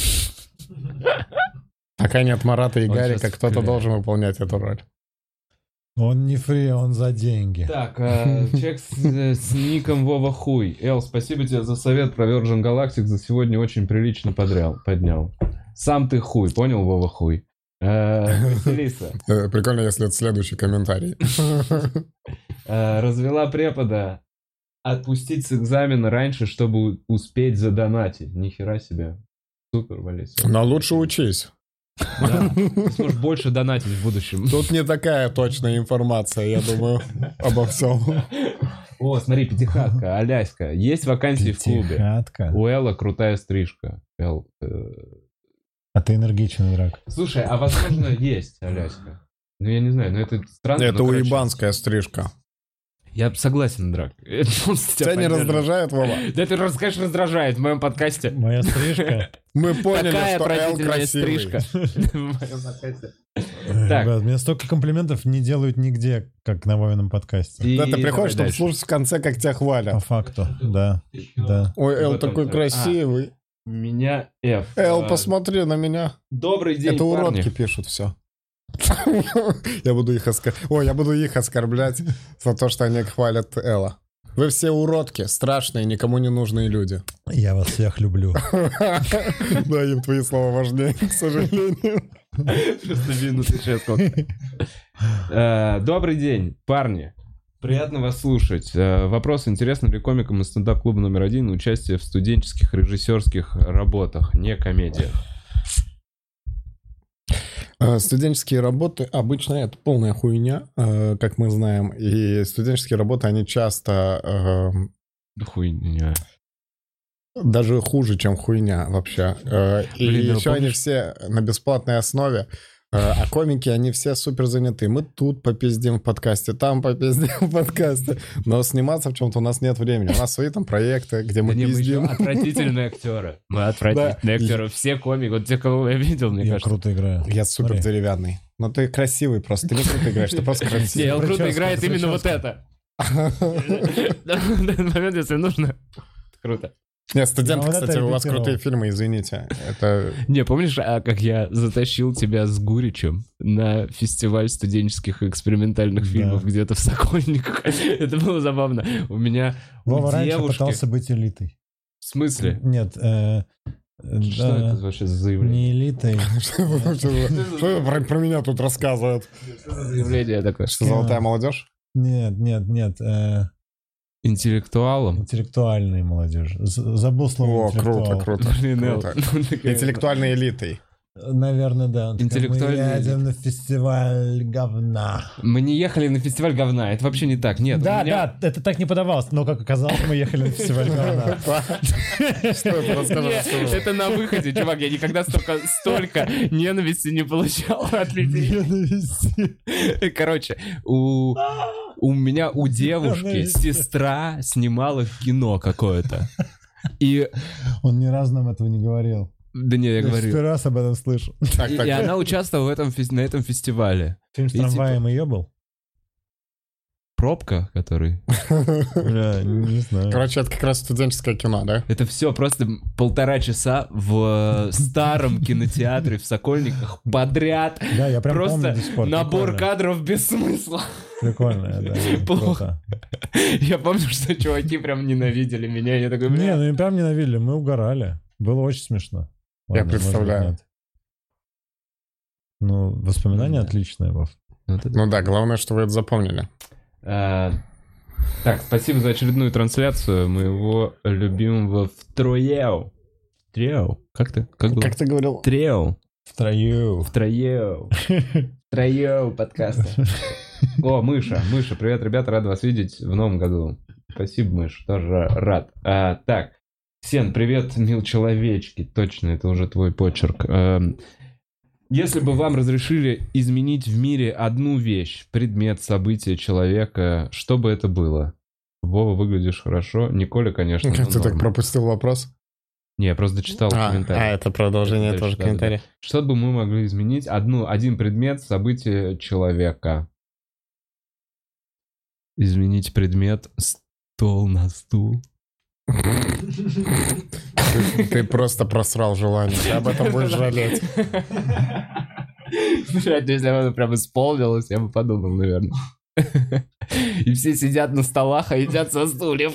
Пока нет Марата и Гарика, кто-то должен выполнять эту роль. Он не фри, он за деньги. Так, э, человек с, с ником Вова Хуй. Эл, спасибо тебе за совет про Virgin Galactic. За сегодня очень прилично подрял, поднял. Сам ты хуй, понял, Вова Хуй? Василиса. Прикольно, если это следующий комментарий. Развела препода. Отпустить с экзамена раньше, чтобы успеть задонатить. Нихера себе. Супер, Валиса. Но лучше учись. Да, ты сможешь больше донатить в будущем. Тут не такая точная информация, я думаю, обо всем. О, смотри, пятихатка, Аляська. Есть вакансии в клубе. Пятихатка. У Элла крутая стрижка. Эл, э... А ты энергичный, Драк. Слушай, а возможно есть Аляська. Ну, я не знаю, но это странно. Это но, уебанская стрижка. Я согласен, Драк. Тебя не раздражает, Вова? Да это, конечно, раздражает в моем подкасте. Моя стрижка? Мы поняли, Какая что Эл красивый. стрижка в моем подкасте. Так. Ребят, мне столько комплиментов не делают нигде, как на Вовином подкасте. И Да, ты приходишь, давай чтобы дальше. слушать в конце, как тебя По хвалят. факту, да, да. Ой, Эл Потом такой так. красивый. Меня F. Эл, А, посмотри на меня. Добрый день, Это парни. уродки пишут все. Я буду их оскорблять. Ой, я буду их оскорблять за то, что они хвалят Элла. Вы все уродки, страшные, никому не нужные люди. Я вас всех люблю. Да, им твои слова важнее, к сожалению. Просто минуты сейчас сколько. Э, Добрый день, парни. Приятно вас слушать. Э, Вопрос, интересно ли комикам из стендап-клуба номер один участие в студенческих режиссерских работах, не комедиях? Э, Студенческие работы обычно это полная хуйня, э, как мы знаем. И студенческие работы, они часто Да Хуйня. э, даже хуже, чем хуйня вообще. Э, И Блин, а еще они помнишь- все на бесплатной основе. Э, А комики, они все супер заняты. Мы тут попиздим в подкасте, там попиздим в подкасте. Но сниматься в чем-то у нас нет времени. У нас свои там проекты, где мы Да не, мы еще пиздим. отвратительные актеры. Мы отвратительные Да. актеры. Все комики. Вот те, кого я видел, мне Я кажется. круто играю. Я супер Смотри. деревянный. Но ты красивый просто. Ты не круто играешь, ты просто Не, красивый. он круто Прическа, играет именно вот прическа. это. В этот момент, если нужно. Круто. Нет, студенты, Ну, вот это кстати, у вас репетировал. крутые фильмы, извините. Это... Не, помнишь, а как я затащил тебя с Гуричем на фестиваль студенческих экспериментальных Да. фильмов где-то в Сокольниках? Это было забавно. У меня у Вова раньше девушки... пытался быть элитой. В смысле? Нет, э, э, Что да, это вообще за заявление? не элитой. Что что про про меня тут рассказывают? Что за заявление такое? Что, золотая молодежь? Нет, нет, нет. э, Интеллектуалом? Интеллектуальной молодежи. З- Забыл слово О, круто, интеллектуал. круто. Блин, Эл, круто. ну, такая- Интеллектуальной элитой. Наверное, да. Он такой, Интеллектуальный Мы едем на фестиваль говна. Мы не ехали на фестиваль говна, это вообще не так, нет. у Да, меня- да, это так не подавалось, но как оказалось, мы ехали на фестиваль говна. Что это? Расскажи, Не, расскажи. это на выходе, чувак, я никогда столько, столько ненависти не получал от людей. Ненависти. Короче, у, у меня у девушки Ненависти. сестра снимала кино какое-то. И, Он ни разу нам этого не говорил. да не, я Я говорю. первый раз об этом слышу. Так, И, так, и так. она участвовала в этом, фес- на этом фестивале. Фильм с И типа- трамваем ее был? Пробка, который... Бля, не знаю. Короче, это как раз студенческое кино, да? Это все просто полтора часа в старом кинотеатре в Сокольниках подряд. Да, я прям помню Просто до сих пор. набор Прикольно. кадров без смысла. Прикольно, да. Плохо. круто. Я помню, что чуваки прям ненавидели меня. Я такой, Не, бля. ну не прям ненавидели, мы угорали. Было очень смешно. Я может быть, представляю. нет. Ну, воспоминания Да. отличные, Вов. Вот это- Ну да, главное, что вы это запомнили. А, Так, спасибо за очередную трансляцию моего любимого втроеу. Трио? Как ты? Как было? Как ты говорил? Трио. Втрою. Втроеу. Втроеу подкаста. О, Мыша. Мыша, привет, ребята, рад вас видеть в новом году. Спасибо, Мыш, тоже рад. А, так, Сен, привет, мил человечки. Точно, это уже твой почерк. Эм, Если бы вам разрешили изменить в мире одну вещь, предмет, событие, человека, что бы это было? Вова, выглядишь хорошо. Николя, конечно, Как ну, ты так норм. пропустил вопрос? Не, я просто дочитал А, комментарий. а, это продолжение Дальше, тоже да, комментария. Что бы мы могли изменить? Одну, один предмет, событие, человека. Изменить предмет, стол на стул. Ты, ты просто просрал желание. Ты об этом будешь жалеть. Слушай, если бы это прям исполнилось, я бы подумал, наверное. И все сидят на столах, а едят со стульев.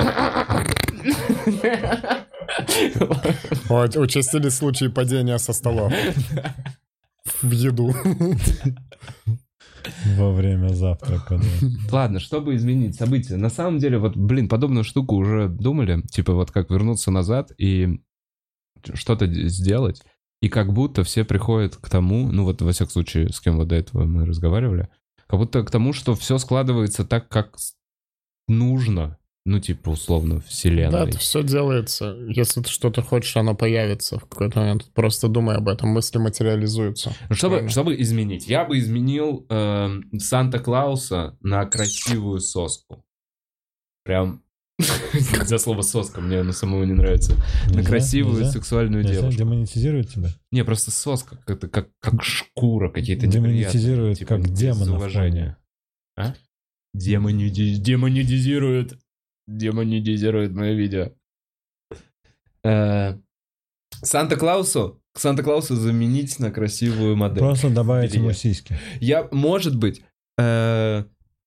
Вот, участились случаи падения со столов. В еду. Во время завтрака, да. Ладно, чтобы изменить события. На самом деле, вот, блин, подобную штуку уже думали. Типа вот как вернуться назад и что-то д- сделать. И как будто все приходят к тому, ну вот во всяком случае, с кем вот до этого мы разговаривали, как будто к тому, что все складывается так, как с- нужно. Ну, типа, условно, Да, вселенной. это все делается. Если ты что-то хочешь, оно появится в какой-то момент. Просто думай об этом, мысли материализуются. Ну, чтобы, Правильно. чтобы изменить, я бы изменил эм, Санта-Клауса на красивую соску. Прям За слово соска, мне оно самому не нравится. На красивую сексуальную девушку. Демонетизирует тебя? Не, просто соска, как, как, как шкура, какие-то демонетизирует, типа, как демон. Уважение. А? Демонетиз... Демонетизирует. Демонетизирует мое видео. Э, Санта-Клаусу, к Санта-Клаусу заменить на красивую модель. Просто добавить ему сиськи. Я, может быть... Э...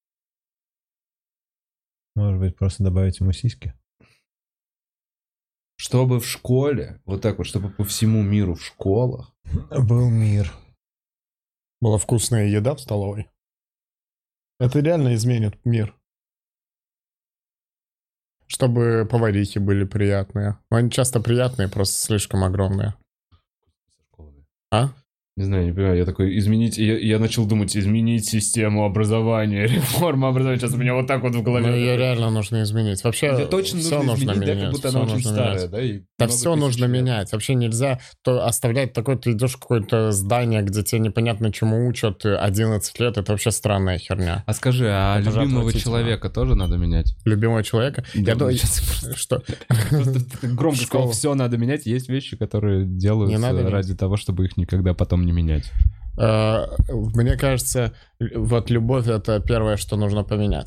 Может быть, просто добавить ему сиськи? Чтобы в школе, вот так вот, чтобы по всему миру в школах... Был мир. Была вкусная еда в столовой. Это реально изменит мир. Чтобы поварихи были приятные. Но они часто приятные, просто слишком огромные. А? Не знаю, не понимаю, я такой, изменить, я, я начал думать, изменить систему образования, реформа образования, сейчас у меня вот так вот в голове. Ну, ее реально нужно изменить. Вообще, это точно все нужно изменить, менять. Да, как будто все она очень старая, менять. да? И да все нужно лет. менять. Вообще нельзя то оставлять такое, ты идешь в какое-то здание, где тебе непонятно чему учат одиннадцать лет, это вообще странная херня. А скажи, а это любимого человека тоже надо менять? Любимого человека? Да, я думаю, что? Громко сказал, все надо менять, есть вещи, которые делаются ради того, чтобы их никогда потом не менять. Uh, мне кажется, вот любовь — это первое, что нужно поменять.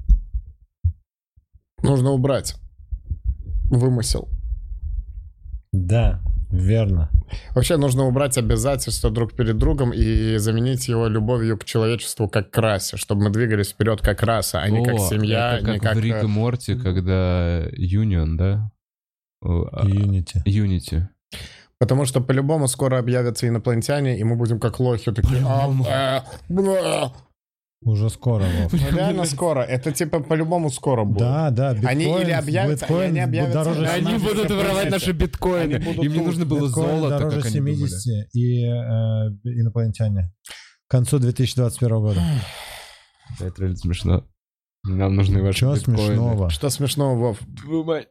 Нужно убрать вымысел. Да, верно. Вообще нужно убрать обязательства друг перед другом и заменить его любовью к человечеству как к расе, чтобы мы двигались вперед как раса, а не О, как семья, это как не как... в Рик и Морти, когда Union, да? Unity. Unity. Потому что по-любому скоро объявятся инопланетяне, и мы будем как лохи такие... А, э, Уже скоро, Вов. Ну, реально скоро. Это типа по-любому скоро будет. Да, да. Биткоин, они или объявятся, биткоин они объявятся... Дороже они будут воровать наши биткоины. Им не нужно было золото, дороже как они семидесяти, и э, инопланетяне. К концу две тысячи двадцать первого года. Это реально смешно. Нам нужны ваши Что биткоины. смешного? Что смешного, Вов? Твою мать.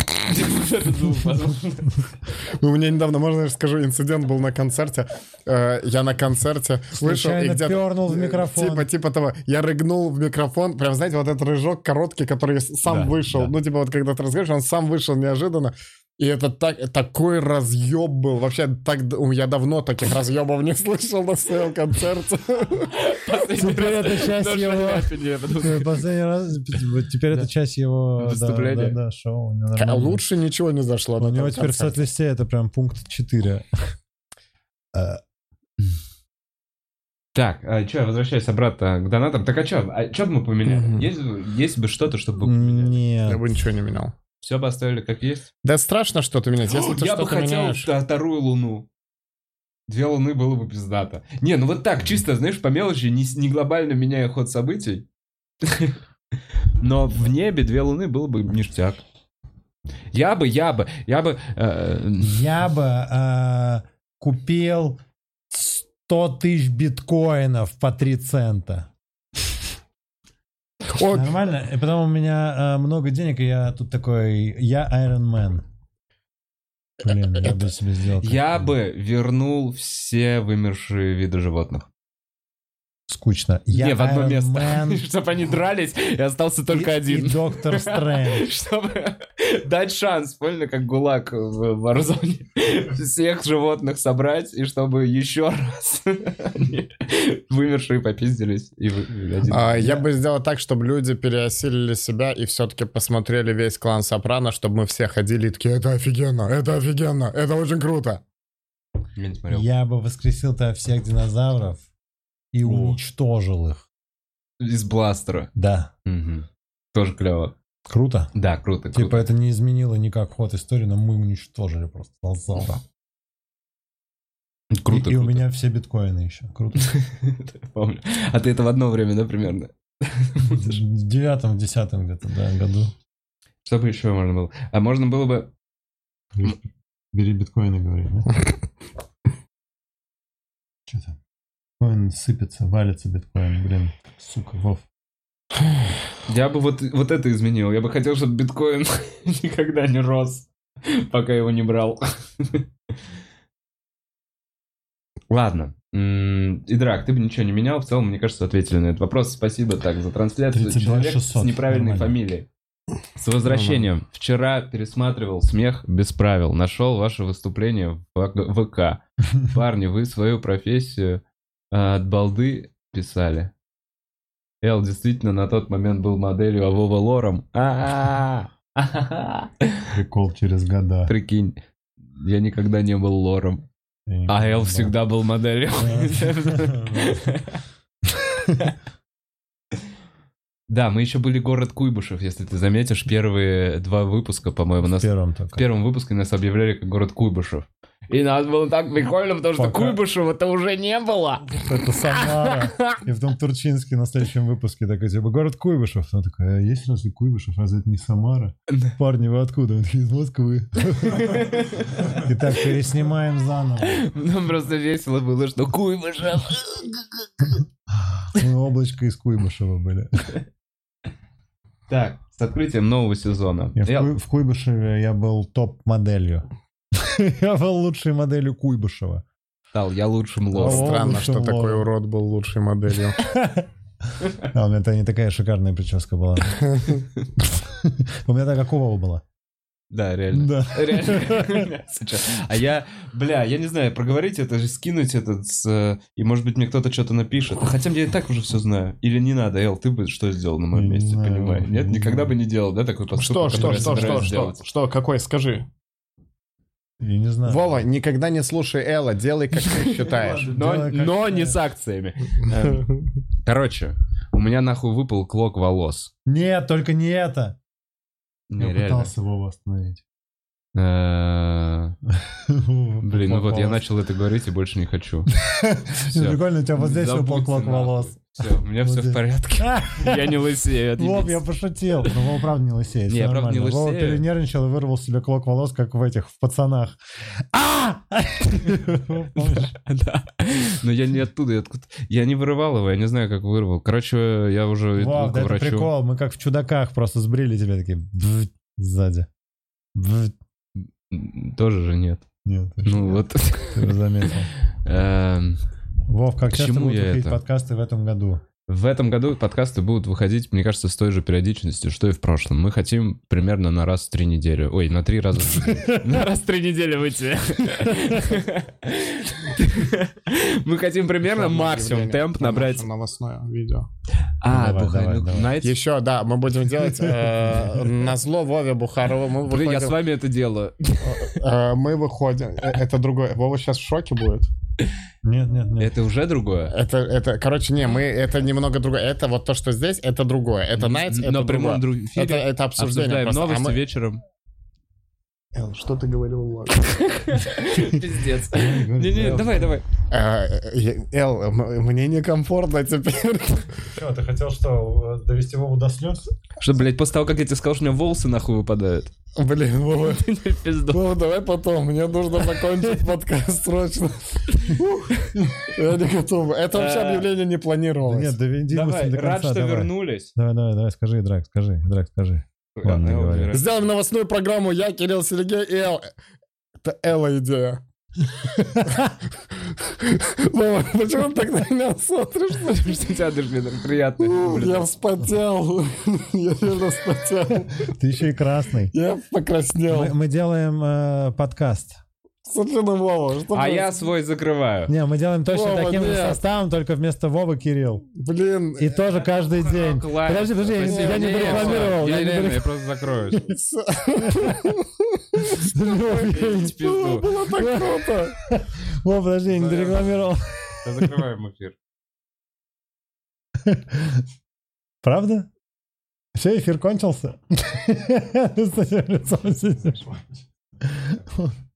У меня недавно, можно я скажу, инцидент был на концерте. Я на концерте вышел и где-то... пернул в микрофон. Типа, типа того, я рыгнул в микрофон. Прям, знаете, вот этот рыжок короткий, который сам вышел. Ну, типа, вот когда ты разговариваешь, он сам вышел неожиданно. И это так, такой разъеб был. Вообще, так, я давно таких разъебов не слышал на своем концерте. Теперь это часть его... Последний раз... Теперь это часть его... Выступления. Да, шоу. Лучше ничего не зашло. У него теперь в сет-листе это прям пункт четыре. Так, а что, возвращаясь обратно к донатам. Так а что, а что бы мы поменяли? Есть, есть бы что-то, чтобы поменять? Нет. Я бы ничего не менял. Все бы оставили как есть? Да страшно что-то менять, если ты Я бы что-то хотел меняешь. вторую луну. Две луны было бы пиздато. Не, ну вот так, чисто, знаешь, по мелочи, не, не глобально меняя ход событий. Но в небе две луны было бы ништяк. Я бы, я бы, я бы... Э... Я бы э, купил сто тысяч биткоинов по три цента. О, нормально? И потом у меня э, много денег, и я тут такой... Я Iron Man. Блин, я бы себе сделал... Я бы вернул все вымершие виды животных. Скучно. Я Не, в одно Iron место. Man, Чтобы они дрались, и остался только и, один. И Доктор Стрэндж. Чтобы дать шанс, поняли, как ГУЛАГ в Warzone. Всех животных собрать, и чтобы еще раз вымершие попиздились. И один... а, я бы сделал так, чтобы люди переосилили себя и все-таки посмотрели весь клан Сопрано, чтобы мы все ходили и такие: это офигенно, это офигенно, это очень круто. Я не смотрел. Я бы воскресил-то всех динозавров и О. уничтожил их. Из бластера. Да. Угу. Тоже клево. Круто? Да, круто, круто. Типа это не изменило никак ход истории, но мы уничтожили просто динозавра. Круто, и, круто. И у меня все биткоины еще. Круто. Помню. А ты это в одно время, да, примерно? В девятом, в десятом где-то, да, году. Что бы еще можно было? А можно было бы... Бери биткоины, говори, да? Что там? Биткоин сыпется, валится биткоин, блин, сука, Вов. Я бы вот, вот это изменил. Я бы хотел, чтобы биткоин никогда не рос, пока его не брал. Ладно. Идрак, ты бы ничего не менял. В целом, мне кажется, ответили на этот вопрос. Спасибо так за трансляцию. Человек с неправильной фамилией. С возвращением. Вчера пересматривал «Смех без правил». Нашел ваше выступление в ВК. Парни, вы свою профессию от балды писали. Эл действительно на тот момент был моделью, а Вова лором. Прикол через года. Прикинь, я никогда не был лором. А Эл всегда был моделью. Да, мы еще были город Куйбышев, если ты заметишь, первые два выпуска, по-моему, нас... Первом в первом выпуске нас объявляли как город Куйбышев. И нас было так прикольно, потому что Пока... Куйбышева-то уже не было. Это Самара. И потом Турчинский на следующем выпуске такой, типа, город Куйбышев. Он такой, а есть разве Куйбышев? Разве это не Самара? Парни, вы откуда? Он такой, из Москвы. Итак, переснимаем заново. Нам просто весело было, что Куйбышев. Мы облачко из Куйбышева были. Так, с открытием нового сезона. Я я... В, Куй... в Куйбышеве я был топ-моделью. Я был лучшей моделью Куйбышева. Стал я лучшим лором. Странно, что лором. Такой урод был лучшей моделью. А, у меня это не такая шикарная прическа была. У меня такая Вова была. Да, реально. Да. Реально. А я, бля, я не знаю, проговорить это, скинуть это, с, и может быть мне кто-то что-то напишет. Хотя я и так уже все знаю. Или не надо, Эл, ты бы что сделал на моем месте, понимаешь? Нет, никогда бы не делал, да, такой поступок, Что, что, что, что, что, что, какой, скажи. Я не знаю. Вова, никогда не слушай Элла, делай, как ты считаешь. Но не с акциями. Короче, у меня нахуй выпал клок волос. Нет, только не это. Не, я реально. Пытался Вову остановить. Блин, ну вот я начал это говорить и больше не хочу. Прикольно, у тебя вот здесь выпал клок волос. Все, у меня все в порядке. Я не лысею. Вов, я пошутил. Но Вова правда не лысеет. Не, я правда не лысею. Вова перенервничал и вырвал себе клок волос, как в этих, в пацанах. А! Да. Но я не оттуда. Я не вырывал его, я не знаю, как вырвал. Короче, я уже иду к врачу. Это прикол, мы как в «Чудаках» просто сбрили тебя такие сзади. Тоже же нет. Нет. Ну вот. Ты заметил. Вов, как часто будут выходить подкасты в этом году? В этом году подкасты будут выходить, мне кажется, с той же периодичностью, что и в прошлом. Мы хотим примерно на раз в три недели. Ой, на три раза в неделю. На раз в три недели выйти. Мы хотим примерно максимум темп набрать. Новостное видео. А, Бухаров. Еще, да, мы будем делать на зло Вове Бухарову. Блин, я с вами это делаю. Мы выходим. Это другое. Вова сейчас в шоке будет. Нет, нет, нет. Это уже другое? Это, это, короче, не, мы, это немного другое. Это вот то, что здесь, это другое. Это Nights, это Но другое. Друг... Это, это обсуждение просто. Новости а мы... вечером. Эл, что ты говорил, Влад? Пиздец. Не-не, давай, давай. Эл, мне некомфортно теперь. Что, ты хотел что, довести Вову до слез? Что, блядь, после того, как я тебе сказал, что у меня волосы нахуй выпадают. Блин, Вова, Вова, давай потом, мне нужно закончить подкаст срочно. Я не готов. Это вообще объявление не планировалось. Нет, доведи мысль до конца. Рад, что вернулись. Давай, давай, давай, скажи, Драк, скажи, Драк, скажи. Сделаем новостную программу. Я, Кирилл Сергей и Эл. Это Элла идея. Вова, почему ты так на меня смотришь? Потому что у тебя даже приятно. Я вспотел. Я реально вспотел. Ты еще и красный. Я покраснел. Мы делаем подкаст. Смотри на Вову. А я свой закрываю. Не, мы делаем точно таким же составом, только вместо Вовы Кирилл. Блин. И тоже каждый день. Подожди, подожди, я не рекламировал. Я просто закроюсь. Было так круто. Вов, подожди, я не дорекламировал. Закрываем эфир. Правда? Все, эфир кончился? Ты с этим лицом сидишь.